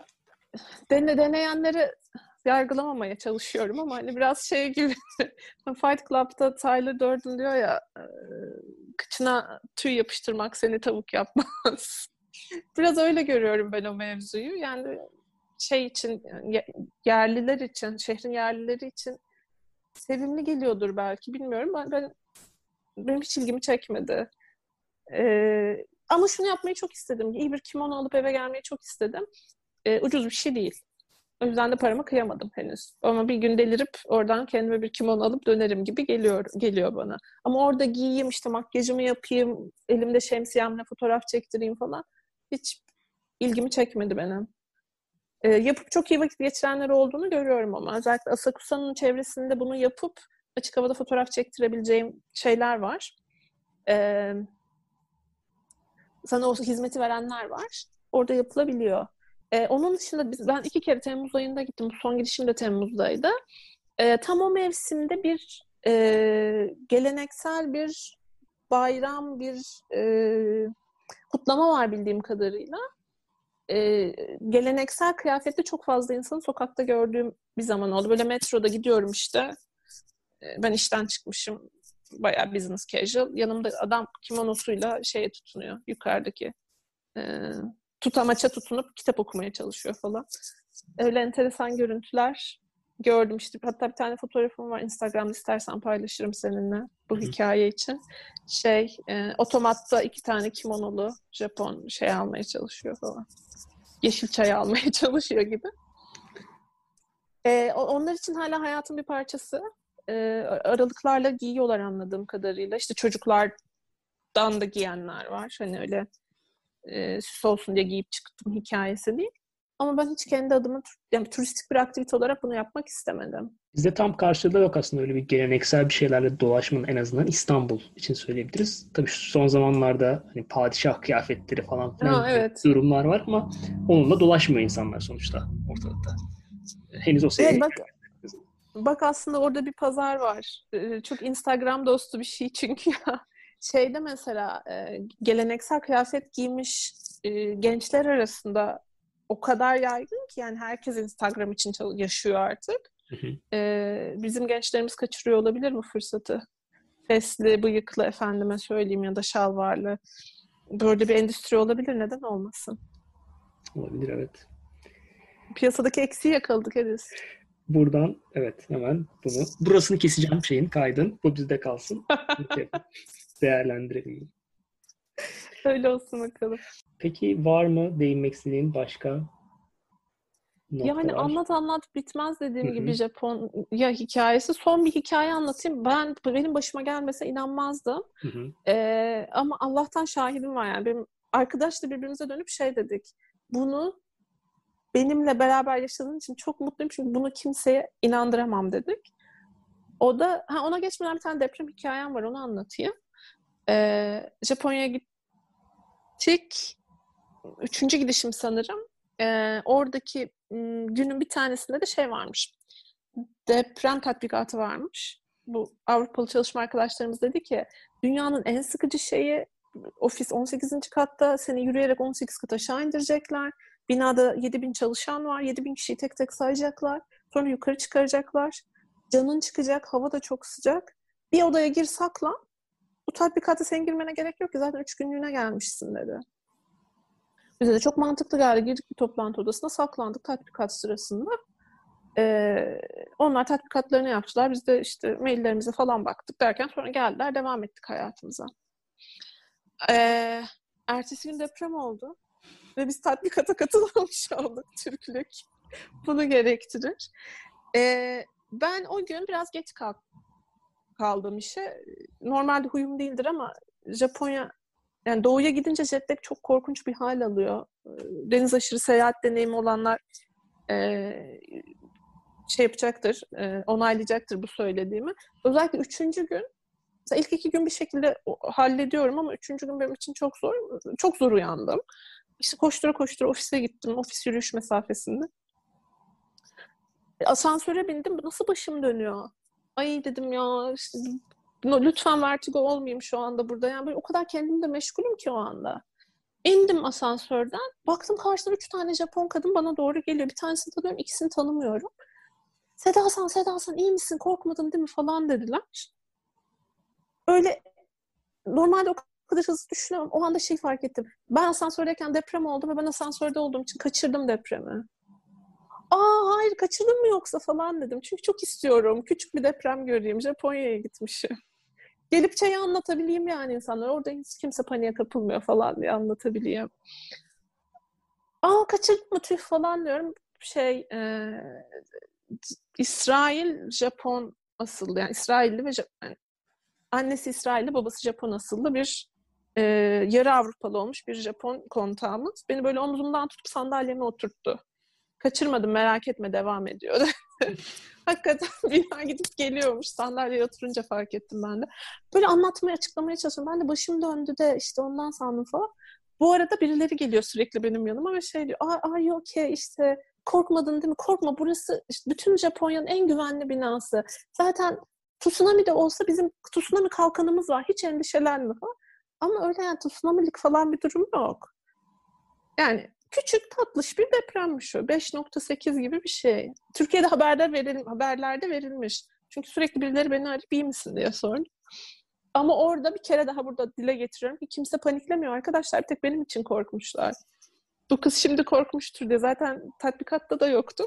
dene, deneyenleri yargılamamaya çalışıyorum ama hani biraz şey gibi Fight Club'da Tyler Durden diyor ya kıçına tüy yapıştırmak seni tavuk yapmaz. Biraz öyle görüyorum ben o mevzuyu. Yani şey için, yerliler için, şehrin yerlileri için sevimli geliyordur belki, bilmiyorum. Ben, ben benim hiç ilgimi çekmedi. Ee, ama şunu yapmayı çok istedim. İyi bir kimono alıp eve gelmeyi çok istedim. Ee, ucuz bir şey değil. O yüzden de paramı kıyamadım henüz. Ama bir gün delirip oradan kendime bir kimono alıp dönerim gibi geliyor geliyor bana. Ama orada giyeyim, işte makyajımı yapayım, elimde şemsiyemle fotoğraf çektireyim falan. Hiç ilgimi çekmedi benim. Ee, yapıp çok iyi vakit geçirenler olduğunu görüyorum ama. Özellikle Asakusa'nın çevresinde bunu yapıp açık havada fotoğraf çektirebileceğim şeyler var. Ee, sana o hizmeti verenler var. Orada yapılabiliyor. Ee, onun dışında biz, ben iki kere Temmuz ayında gittim. Son gidişim de Temmuz'daydı. Ee, tam o mevsimde bir e, geleneksel bir bayram, bir e, kutlama var bildiğim kadarıyla. E, geleneksel kıyafette çok fazla insanı sokakta gördüğüm bir zaman oldu. Böyle metroda gidiyorum işte. E, ben işten çıkmışım. Bayağı business casual. Yanımda adam kimonosuyla şeye tutunuyor. Yukarıdaki e, tutamaça tutunup kitap okumaya çalışıyor falan. Öyle enteresan görüntüler gördüm işte. Hatta bir tane fotoğrafım var. Instagram'da istersen paylaşırım seninle bu Hı-hı. hikaye için. Şey, e, otomatta iki tane kimonolu Japon şey almaya çalışıyor falan. Yeşil çay almaya çalışıyor gibi. E, onlar için hala hayatın bir parçası. E, aralıklarla giyiyorlar anladığım kadarıyla. İşte çocuklardan da giyenler var. Hani öyle e, süs olsun diye giyip çıktım hikayesi değil. Ama ben hiç kendi adıma yani turistik bir aktivite olarak bunu yapmak istemedim. Bizde tam karşılığı yok aslında öyle bir geleneksel bir şeylerle dolaşmanın, en azından İstanbul için söyleyebiliriz. Tabii şu son zamanlarda hani padişah kıyafetleri falan filan Ha, gibi evet. durumlar var ama onunla dolaşmıyor insanlar sonuçta ortalıkta. Henüz o Evet seviyeye bak, bak aslında orada bir pazar var. Ee, çok Instagram dostu bir şey çünkü ya. Şeyde mesela e, geleneksel kıyafet giymiş e, gençler arasında o kadar yaygın ki yani herkes Instagram için yaşıyor artık. E, bizim gençlerimiz kaçırıyor olabilir mi fırsatı? Fesli, bıyıklı efendime söyleyeyim ya da şalvarlı. Böyle bir endüstri olabilir. Neden olmasın? Olabilir, evet. Piyasadaki eksiği yakaladık henüz. Buradan evet hemen bunu burasını keseceğim şeyin kaydın. Bu bizde kalsın. Değerlendirelim. Öyle olsun bakalım. Peki var mı değinmek istediğin başka Yani noktalar? anlat anlat bitmez Hı dediğim gibi hı. Japonya hikayesi. Son bir hikaye anlatayım. Ben benim başıma gelmese inanmazdım. Hı hı. Ee, ama Allah'tan şahidim var yani. Benim arkadaşla birbirimize dönüp şey dedik. Bunu benimle beraber yaşadığın için çok mutluyum çünkü bunu kimseye inandıramam dedik. O da ha, ona geçmeden bir tane deprem hikayem var, onu anlatayım. Ee, Japonya'ya gittik. Üçüncü gidişim sanırım. Ee, oradaki m, günün bir tanesinde de şey varmış. Deprem tatbikatı varmış. Bu Avrupalı çalışma arkadaşlarımız dedi ki dünyanın en sıkıcı şeyi ofis on sekizinci katta, seni yürüyerek on sekiz kat aşağı indirecekler. Binada yedi bin çalışan var. yedi bin kişiyi tek tek sayacaklar. Sonra yukarı çıkaracaklar. Canın çıkacak. Hava da çok sıcak. Bir odaya gir saklan. Bu tatbikata senin girmene gerek yok ki zaten üç günlüğüne gelmişsin dedi. Bize de çok mantıklı geldi. Girdik bir toplantı odasına, saklandık tatbikat sırasında. Ee, onlar tatbikatlarını yaptılar. Biz de işte maillerimize falan baktık derken sonra geldiler, devam ettik hayatımıza. Ee, ertesi gün deprem oldu. Ve biz tatbikata katılmamış olduk. Türklük bunu gerektirir. Ee, ben o gün biraz geç kalk kaldım işe. Normalde huyum değildir ama Japonya, yani doğuya gidince jet lag çok korkunç bir hal alıyor. Deniz aşırı seyahat deneyimi olanlar e, şey yapacaktır, e, onaylayacaktır bu söylediğimi. Özellikle üçüncü gün, mesela ilk iki gün bir şekilde hallediyorum ama üçüncü gün benim için çok zor. Çok zor uyandım. İşte koştura koştura ofise gittim, ofis yürüyüş mesafesinde. Asansöre bindim, nasıl başım dönüyor? Ay dedim ya, işte, lütfen vertigo olmayayım şu anda burada. Yani böyle o kadar kendimle meşgulüm ki o anda. İndim asansörden. Baktım karşıda üç tane Japon kadın bana doğru geliyor. Bir tanesini tanıyorum, ikisini tanımıyorum. Seda Hasan, Seda Hasan iyi misin? Korkmadın değil mi falan dediler. Öyle normalde o kadar hızlı düşünüyorum. O anda şey fark ettim. Ben asansördeyken deprem oldu ve ben asansörde olduğum için kaçırdım depremi. Aa hayır kaçırdın mı yoksa falan dedim. Çünkü çok istiyorum. Küçük bir deprem göreyim. Japonya'ya gitmişim. Gelip şeyi anlatabileyim yani insanlara. Orada hiç kimse paniğe kapılmıyor falan diye anlatabileyim. Aa kaçırdın mı tüh falan diyorum. Şey e, İsrail, Japon asıllı. Yani İsrailli ve yani annesi İsrailli, babası Japon asıllı bir e, yarı Avrupalı olmuş bir Japon kontağımız. Beni böyle omzumdan tutup sandalyeme oturttu. Kaçırmadım merak etme devam ediyor. Hakikaten bina gidip geliyormuş. Sandalyeye oturunca fark ettim ben de. Böyle anlatmaya, açıklamaya çalışıyorum. Ben de başım döndü de işte ondan sandım falan. Bu arada birileri geliyor sürekli benim yanıma ve şey diyor. Ay yok okay, işte korkmadın değil mi? Korkma burası işte bütün Japonya'nın en güvenli binası. Zaten tsunami de olsa bizim tsunami kalkanımız var. Hiç endişelenme falan. Ama öyle yani tsunami'lik falan bir durum yok. Yani küçük tatlış bir depremmiş o. beş nokta sekiz gibi bir şey. Türkiye'de haberde veril, haberlerde verilmiş. Çünkü sürekli birileri beni arayıp iyi misin diye sordu. Ama orada bir kere daha burada dile getiriyorum ki kimse paniklemiyor arkadaşlar. Bir tek benim için korkmuşlar. Bu kız şimdi korkmuştur diye. Zaten tatbikatta da yoktu.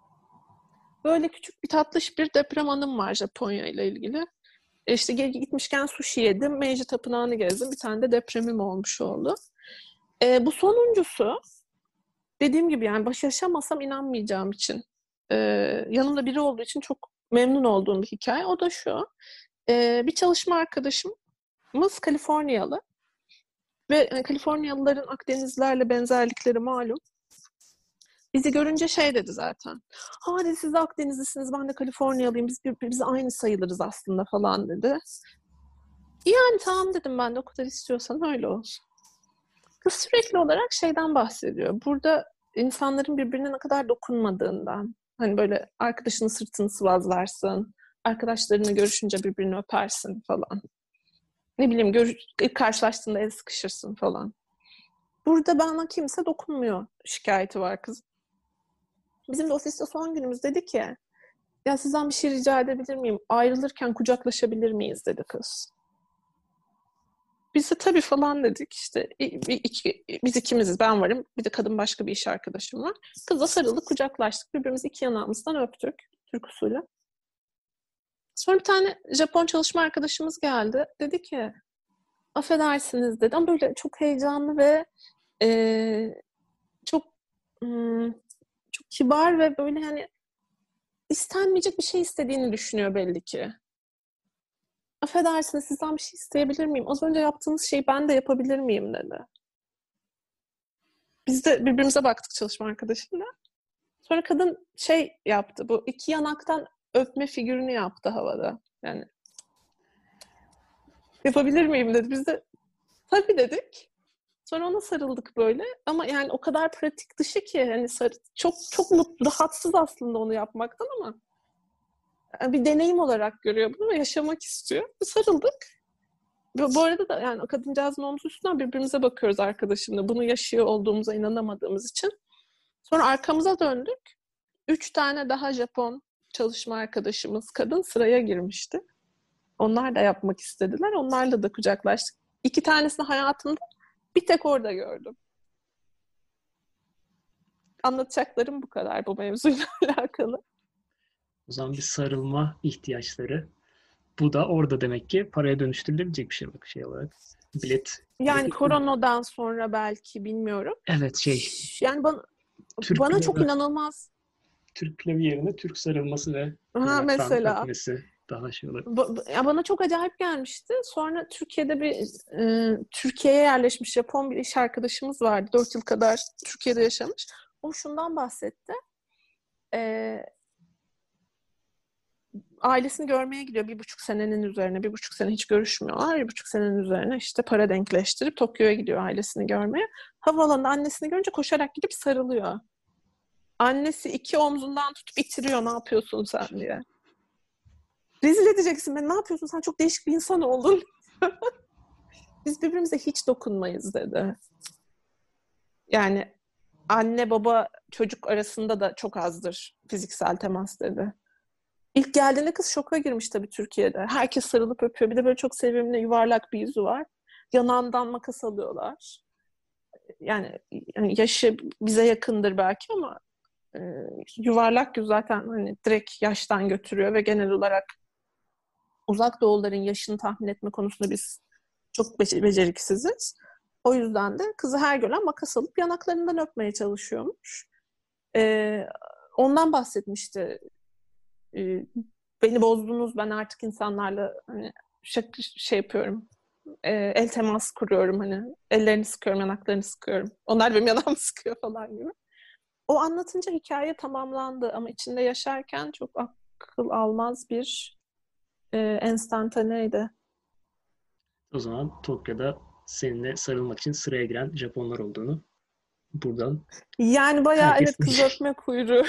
Böyle küçük bir tatlış bir deprem anım var Japonya ile ilgili. E işte gitmişken sushi yedim. Meiji Tapınağı'nı gezdim. Bir tane de depremim olmuş oldu. E, bu sonuncusu dediğim gibi yani baş yaşamasam inanmayacağım için. E, yanımda biri olduğu için çok memnun olduğum bir hikaye. O da şu. E, bir çalışma arkadaşımız Kaliforniyalı. Ve yani Kaliforniyalıların Akdenizlerle benzerlikleri malum. Bizi görünce şey dedi zaten. Ha dedi siz de Akdenizlisiniz, ben de Kaliforniyalıyım. Biz, biz aynı sayılırız aslında falan dedi. Yani tamam dedim ben de o kadar istiyorsan öyle olsun. Kız sürekli olarak şeyden bahsediyor. Burada insanların birbirine ne kadar dokunmadığından. Hani böyle arkadaşının sırtını sıvazlarsın. Arkadaşlarını görüşünce birbirini öpersin falan. Ne bileyim gör, ilk karşılaştığında el sıkışırsın falan. Burada bana kimse dokunmuyor şikayeti var kız. Bizim de ofiste son günümüz dedi ki ya sizden bir şey rica edebilir miyim? Ayrılırken kucaklaşabilir miyiz dedi kız. Biz de tabii falan dedik işte iki, biz ikimiziz ben varım bir de kadın başka bir iş arkadaşım var. Kızla sarıldık kucaklaştık birbirimizi iki yanağımızdan öptük Türk usulü. Sonra bir tane Japon çalışma arkadaşımız geldi dedi ki affedersiniz dedi ama böyle çok heyecanlı ve e, çok hmm, çok kibar ve böyle hani istenmeyecek bir şey istediğini düşünüyor belli ki. Affedersiniz sizden bir şey isteyebilir miyim? Az önce yaptığınız şeyi ben de yapabilir miyim dedi. Biz de birbirimize baktık çalışma arkadaşımla. Sonra kadın şey yaptı. Bu iki yanaktan öpme figürünü yaptı havada. Yani yapabilir miyim dedi. Biz de tabii dedik. Sonra ona sarıldık böyle. Ama yani o kadar pratik dışı ki hani sarı, çok çok mutlu, rahatsız aslında onu yapmaktan ama bir deneyim olarak görüyor bunu ve yaşamak istiyor. Sarıldık. Bu arada da yani o kadıncağızın omzu üstünden birbirimize bakıyoruz arkadaşımla. Bunu yaşıyor olduğumuza inanamadığımız için. Sonra arkamıza döndük. Üç tane daha Japon çalışma arkadaşımız kadın sıraya girmişti. Onlar da yapmak istediler. Onlarla da kucaklaştık. İki tanesini hayatımda bir tek orada gördüm. Anlatacaklarım bu kadar bu mevzuyla alakalı. O zaman bir sarılma ihtiyaçları. Bu da orada demek ki paraya dönüştürülebilecek bir şey bak şey olarak. Bilet. Yani bilet koronadan sonra belki bilmiyorum. Evet şey. Yani bana, Türk bana çok pilavı, inanılmaz. Türk pilavı yerine Türk sarılması ve Ha, yanaktan mesela. öpmesi daha şey olur. Ba- ya bana çok acayip gelmişti. Sonra Türkiye'de bir e, Türkiye'ye yerleşmiş Japon bir iş arkadaşımız vardı. Dört yıl kadar Türkiye'de yaşamış. O şundan bahsetti. E, ailesini görmeye gidiyor bir buçuk senenin üzerine. Bir buçuk sene hiç görüşmüyorlar. Bir buçuk senenin üzerine işte para denkleştirip Tokyo'ya gidiyor ailesini görmeye. Havaalanında annesini görünce koşarak gidip sarılıyor. Annesi iki omzundan tutup itiriyor ne yapıyorsun sen diye. Rezil edeceksin beni ne yapıyorsun sen çok değişik bir insan oldun. Biz birbirimize hiç dokunmayız dedi. Yani anne baba çocuk arasında da çok azdır fiziksel temas dedi. İlk geldiğinde kız şoka girmiş tabii Türkiye'de. Herkes sarılıp öpüyor. Bir de böyle çok sevimli yuvarlak bir yüzü var. Yanağından makas alıyorlar. Yani, yani yaşı bize yakındır belki ama e, yuvarlak yüz zaten hani direkt yaştan götürüyor ve genel olarak uzak doğuların yaşını tahmin etme konusunda biz çok becer- beceriksiziz. O yüzden de kızı her gören makas alıp yanaklarından öpmeye çalışıyormuş. Ee, ondan bahsetmişti. Ee, beni bozdunuz, ben artık insanlarla hani şey, şey yapıyorum. Ee, el teması kuruyorum hani. Ellerini sıkıyorum, yanaklarını sıkıyorum. Onlar benim yanağımı sıkıyor falan gibi. O anlatınca hikaye tamamlandı ama içinde yaşarken çok akıl almaz bir e, enstantaneydi. O zaman Tokyo'da seninle sarılmak için sıraya giren Japonlar olduğunu buradan Yani bayağı herkes evet kız öpme kuyruğu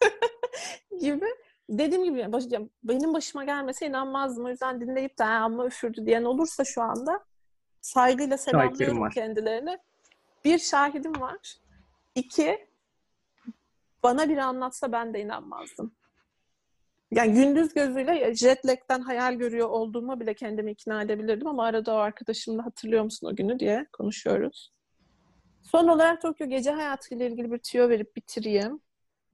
gibi. Dediğim gibi baş, benim başıma gelmese inanmazdım. O yüzden dinleyip de amma üfürdü diyen olursa şu anda saygıyla şahitlerim selamlıyorum var. kendilerini. Bir şahidim var. İki, bana biri anlatsa ben de inanmazdım. Yani gündüz gözüyle jet lag'den hayal görüyor olduğuma bile kendimi ikna edebilirdim ama arada o arkadaşımla hatırlıyor musun o günü diye konuşuyoruz. Son olarak Tokyo gece hayatıyla ilgili bir tüyo verip bitireyim.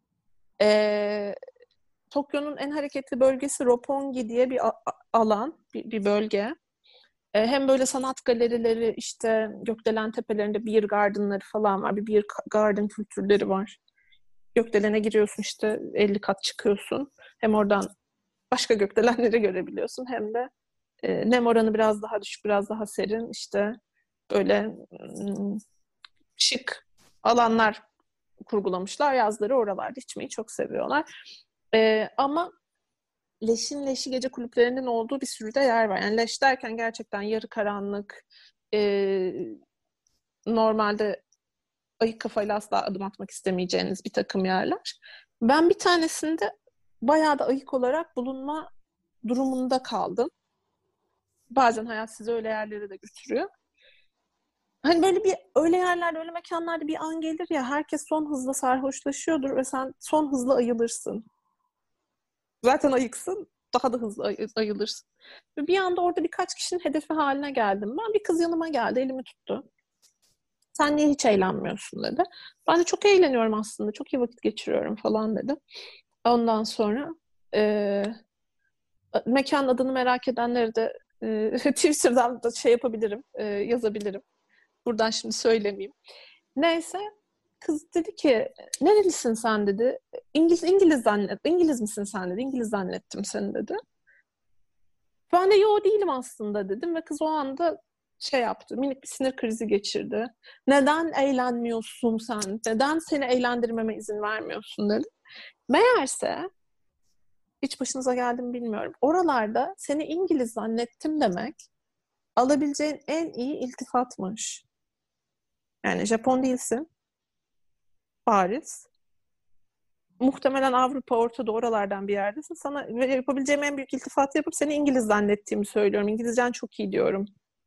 Ee, Tokyo'nun en hareketli bölgesi Roppongi diye bir a- alan, bir, bir bölge. Ee, hem böyle sanat galerileri, işte Gökdelen Tepelerinde beer gardenları falan var. Bir beer garden kültürleri var. Gökdelen'e giriyorsun işte elli kat çıkıyorsun. Hem oradan başka gökdelenleri görebiliyorsun hem de e, nem oranı biraz daha düşük, biraz daha serin. İşte böyle mm, şık alanlar kurgulamışlar. Yazları oralarda içmeyi çok seviyorlar. Ee, ama leşin leşi gece kulüplerinin olduğu bir sürü de yer var. Yani leş derken gerçekten yarı karanlık, e, normalde ayık kafayla asla adım atmak istemeyeceğiniz bir takım yerler. Ben bir tanesinde bayağı da ayık olarak bulunma durumunda kaldım. Bazen hayat sizi öyle yerlere de götürüyor. Hani böyle bir öyle yerlerde, öyle mekanlarda bir an gelir ya herkes son hızla sarhoşlaşıyordur ve sen son hızla ayılırsın. Zaten ayıksın, daha da hızlı ay- ayılırsın. Ve bir anda orada birkaç kişinin hedefi haline geldim. Ben bir kız yanıma geldi, elimi tuttu. Sen niye hiç eğlenmiyorsun dedi. Ben de çok eğleniyorum aslında, çok iyi vakit geçiriyorum falan dedi. Ondan sonra e, mekan adını merak edenleri de e, Twitter'dan da şey yapabilirim, e, yazabilirim. Buradan şimdi söylemeyeyim. Neyse kız dedi ki nerelisin sen dedi. İngiliz İngiliz zannet İngiliz misin sen dedi. İngiliz zannettim seni dedi. Ben de yo değilim aslında dedim ve kız o anda şey yaptı. Minik bir sinir krizi geçirdi. Neden eğlenmiyorsun sen? Neden seni eğlendirmeme izin vermiyorsun dedi. Meğerse hiç başınıza geldi mi bilmiyorum. Oralarda seni İngiliz zannettim demek alabileceğin en iyi iltifatmış. Yani Japon değilsin. Bariz. Muhtemelen Avrupa, Orta Doğu oralardan bir yerdesin. Sana yapabileceğim en büyük iltifatı yapıp seni İngiliz zannettiğimi söylüyorum. İngilizcen çok iyi diyorum.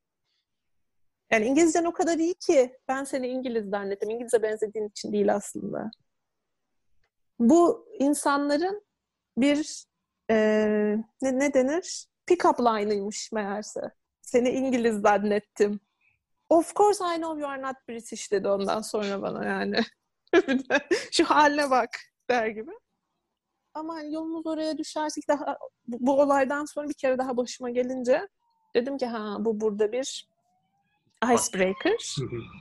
Yani İngilizcen o kadar iyi ki ben seni İngiliz zannettim. İngilizce benzediğin için değil aslında. Bu insanların bir e, ne, ne denir? Pick-up line'ıymış meğerse. Seni İngiliz zannettim. Of course I know you are not British dedi ondan sonra bana yani. Şu haline bak der gibi. Ama hani yolumuz oraya düşersek daha bu, bu olaydan sonra bir kere daha başıma gelince dedim ki ha bu burada bir icebreaker.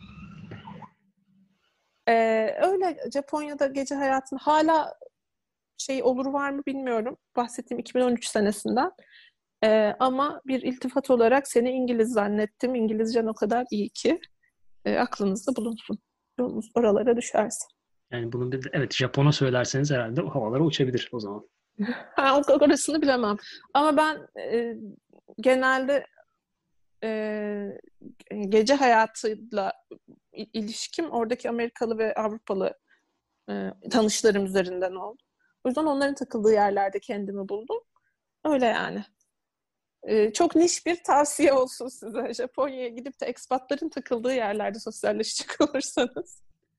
Ee, öyle Japonya'da gece hayatında hala şey olur var mı bilmiyorum. Bahsettiğim iki bin on üç senesinden. Ee, ama bir iltifat olarak seni İngiliz zannettim. İngilizcen o kadar iyi ki e, aklınızda bulunsun. Yolunuz oralara düşerse. Yani bunu bir de, evet Japon'a söylerseniz herhalde o havalara uçabilir o zaman. Ha, orasını bilemem. Ama ben e, genelde e, gece hayatıyla ilişkim oradaki Amerikalı ve Avrupalı e, tanışlarım üzerinden oldu. O yüzden onların takıldığı yerlerde kendimi buldum. Öyle yani. E, çok niş bir tavsiye olsun size. Japonya'ya gidip de ekspatların takıldığı yerlerde sosyalleşecek olursanız.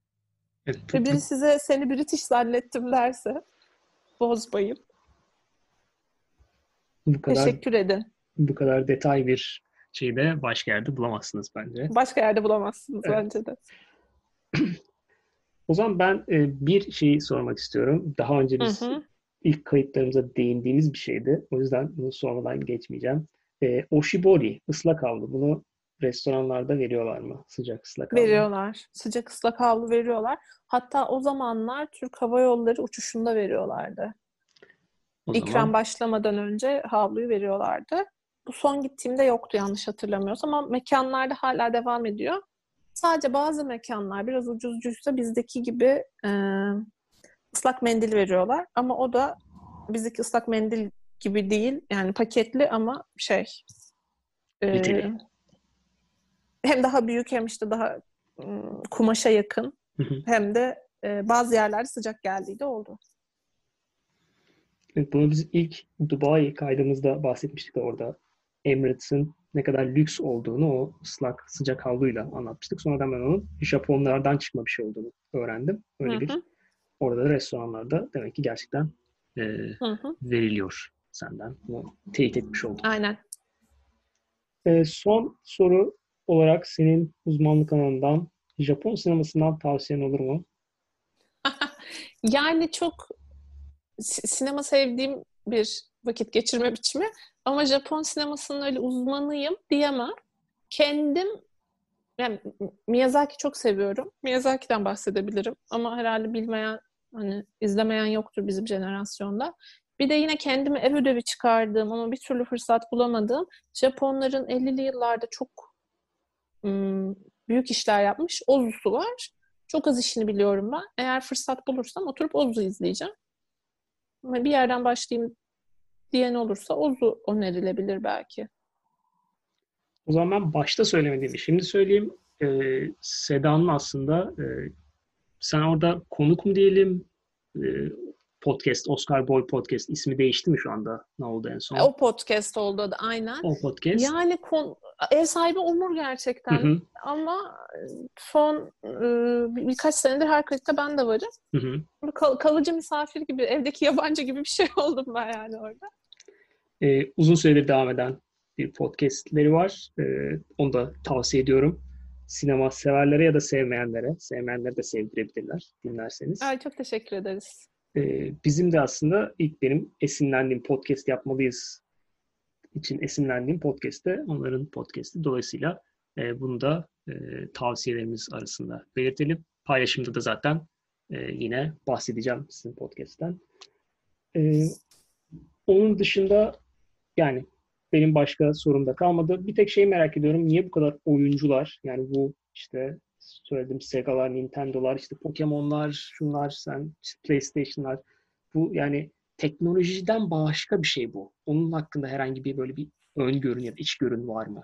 Evet, bu, Ve bu, biri size seni British zannettim derse bozmayın. bu kadar Teşekkür edin. bu kadar detay bir şeyde başka yerde bulamazsınız bence. Başka yerde bulamazsınız Evet. bence de. O zaman ben e, bir şeyi sormak istiyorum. Daha önce Hı biz hı. ilk kayıtlarımıza değindiğimiz bir şeydi. O yüzden bunu sormadan geçmeyeceğim. E, oshibori, ıslak havlu. Bunu restoranlarda veriyorlar mı? Sıcak ıslak havlu. Veriyorlar. Sıcak ıslak havlu veriyorlar. Hatta o zamanlar Türk Hava Yolları uçuşunda veriyorlardı. O İkram zaman başlamadan önce havluyu veriyorlardı. Bu son gittiğimde yoktu yanlış hatırlamıyorsam ama mekanlarda hala devam ediyor. Sadece bazı mekanlar biraz ucuzcuysa bizdeki gibi e, ıslak mendil veriyorlar. Ama o da bizdeki ıslak mendil gibi değil. Yani paketli ama şey kaliteli. e, hem daha büyük hem işte daha e, kumaşa yakın hem de e, bazı yerlerde sıcak geldiği de oldu. Evet, bunu biz ilk Dubai kaydımızda bahsetmiştik de orada Emirates'ın ne kadar lüks olduğunu o ıslak sıcak havluyla anlatmıştık. Sonradan ben onun Japonlardan çıkma bir şey olduğunu öğrendim. Hı Öyle bir hı, orada da restoranlarda demek ki gerçekten e, hı hı. veriliyor senden. Bunu teyit etmiş oldum. Aynen. E, son soru olarak senin uzmanlık alanından Japon sinemasından tavsiyen olur mu? Yani çok si- sinema sevdiğim bir vakit geçirme biçimi ama Japon sinemasının öyle uzmanıyım diyemem. Kendim yani Miyazaki çok seviyorum. Miyazaki'den bahsedebilirim ama herhalde bilmeyen hani izlemeyen yoktur bizim jenerasyonda. Bir de yine kendime ev ödevi çıkardığım ama bir türlü fırsat bulamadığım Japonların ellili yıllarda çok ım, büyük işler yapmış Ozu'su var. Çok az işini biliyorum ben. Eğer fırsat bulursam oturup Ozu izleyeceğim. Ama bir yerden başlayayım diyen olursa Ozu önerilebilir belki. O zaman ben başta söylemediğimi şimdi söyleyeyim. E, Seda'nın aslında e, sen orada konuk mu diyelim? E, podcast, Oscar Boy Podcast ismi değişti mi şu anda? Ne oldu en E, son? O podcast oldu da aynen. O podcast. Yani kon- ev sahibi Umur Hı gerçekten. hı, Ama son e, bir- birkaç senedir her kayıtta ben de varım. hı hı. Böyle kal- kalıcı misafir gibi, evdeki yabancı gibi bir şey oldum ben yani orada. E, uzun süredir devam eden bir podcastleri var. E, onu da tavsiye ediyorum. Sinema severlere ya da sevmeyenlere, sevmeyenlere de sevdirebilirler dinlerseniz. Ay, çok teşekkür ederiz. E, bizim de aslında ilk benim esinlendiğim podcast yapmalıyız için esinlendiğim podcast'te onların podcast'i. Dolayısıyla e, bunu da e, tavsiyelerimiz arasında belirtelim. Paylaşımda da zaten e, yine bahsedeceğim sizin podcast'ten. E, onun dışında yani benim başka sorum da kalmadı. Bir tek şeyi merak ediyorum. Niye bu kadar oyuncular yani bu işte söylediğim Sega'lar, Nintendo'lar, işte Pokemon'lar, şunlar, sen işte PlayStation'lar bu yani teknolojiden başka bir şey bu. Onun hakkında herhangi bir böyle bir öngörün ya da içgörün var mı?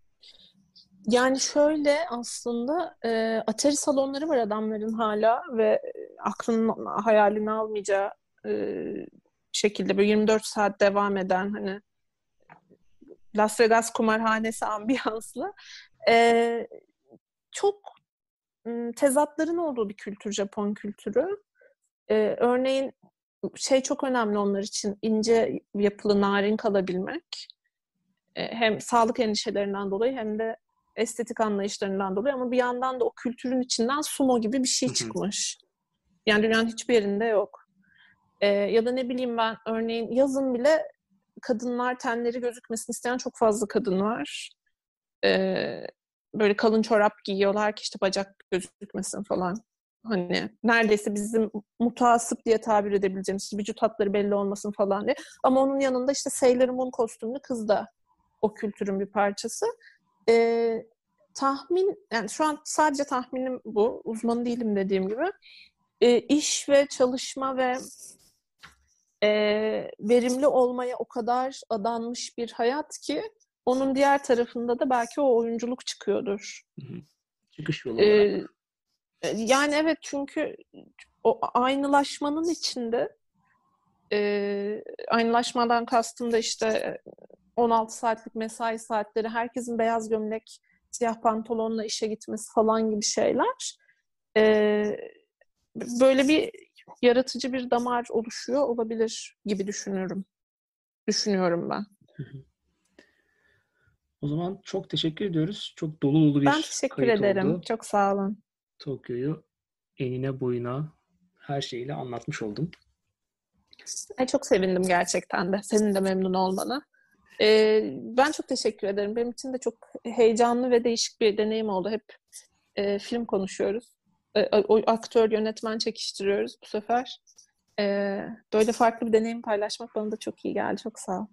Yani şöyle aslında e, Atari salonları var adamların hala ve e, aklının hayalini almayacağı e, şekilde böyle yirmi dört saat devam eden hani Las Vegas kumarhanesi ambiyanslı. E, çok m, tezatların olduğu bir kültür Japon kültürü. E, örneğin şey çok önemli onlar için ince yapılı narin kalabilmek. E, hem sağlık endişelerinden dolayı hem de estetik anlayışlarından dolayı ama bir yandan da o kültürün içinden sumo gibi bir şey Hı hı. çıkmış. Yani dünyanın hiçbir yerinde yok. E, ya da ne bileyim ben örneğin yazın bile kadınlar tenleri gözükmesini isteyen çok fazla kadın var. E, böyle kalın çorap giyiyorlar ki işte bacak gözükmesin falan. Hani neredeyse bizim mutasip diye tabir edebileceğimiz işte vücut hatları belli olmasın falan diye. Ama onun yanında işte Sailor Moon kostümlü kız da o kültürün bir parçası. Ee, tahmin, yani şu an sadece tahminim bu. Uzman değilim dediğim gibi. Ee, iş ve çalışma ve e, verimli olmaya o kadar adanmış bir hayat ki onun diğer tarafında da belki o oyunculuk çıkıyordur. Hı hı. Çıkış yolu Ee, olarak. yani evet çünkü o aynılaşmanın içinde e, aynılaşmadan kastım da işte on altı saatlik mesai saatleri, herkesin beyaz gömlek, siyah pantolonla işe gitmesi falan gibi şeyler. Ee, böyle bir yaratıcı bir damar oluşuyor olabilir gibi düşünüyorum. Düşünüyorum ben. O zaman çok teşekkür ediyoruz. Çok dolu dolu Ben bir teşekkür kayıt ederim. oldu. Çok sağ olun. Tokyo'yu enine boyuna her şeyle anlatmış oldum. Ay, çok sevindim gerçekten de. Senin de memnun olmana. Ee, ben çok teşekkür ederim. Benim için de çok heyecanlı ve değişik bir deneyim oldu. Hep e, film konuşuyoruz. E, o aktör, yönetmen çekiştiriyoruz bu sefer. E, böyle farklı bir deneyim paylaşmak bana da çok iyi geldi. Çok sağ ol.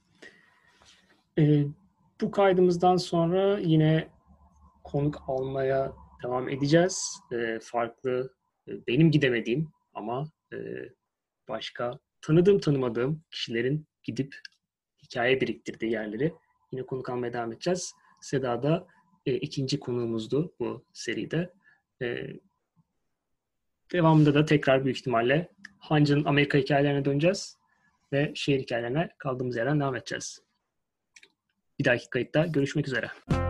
Ee, bu kaydımızdan sonra yine konuk almaya devam edeceğiz. Ee, farklı, e, benim gidemediğim ama e, başka tanıdığım tanımadığım kişilerin gidip hikaye biriktirdiği yerleri yine konuk almaya devam edeceğiz. Seda da e, ikinci konuğumuzdu bu seride. E, devamında da tekrar büyük ihtimalle Hancı'nın Amerika hikayelerine döneceğiz ve şehir hikayelerine kaldığımız yerden devam edeceğiz. Bir dahaki kayıtta görüşmek üzere.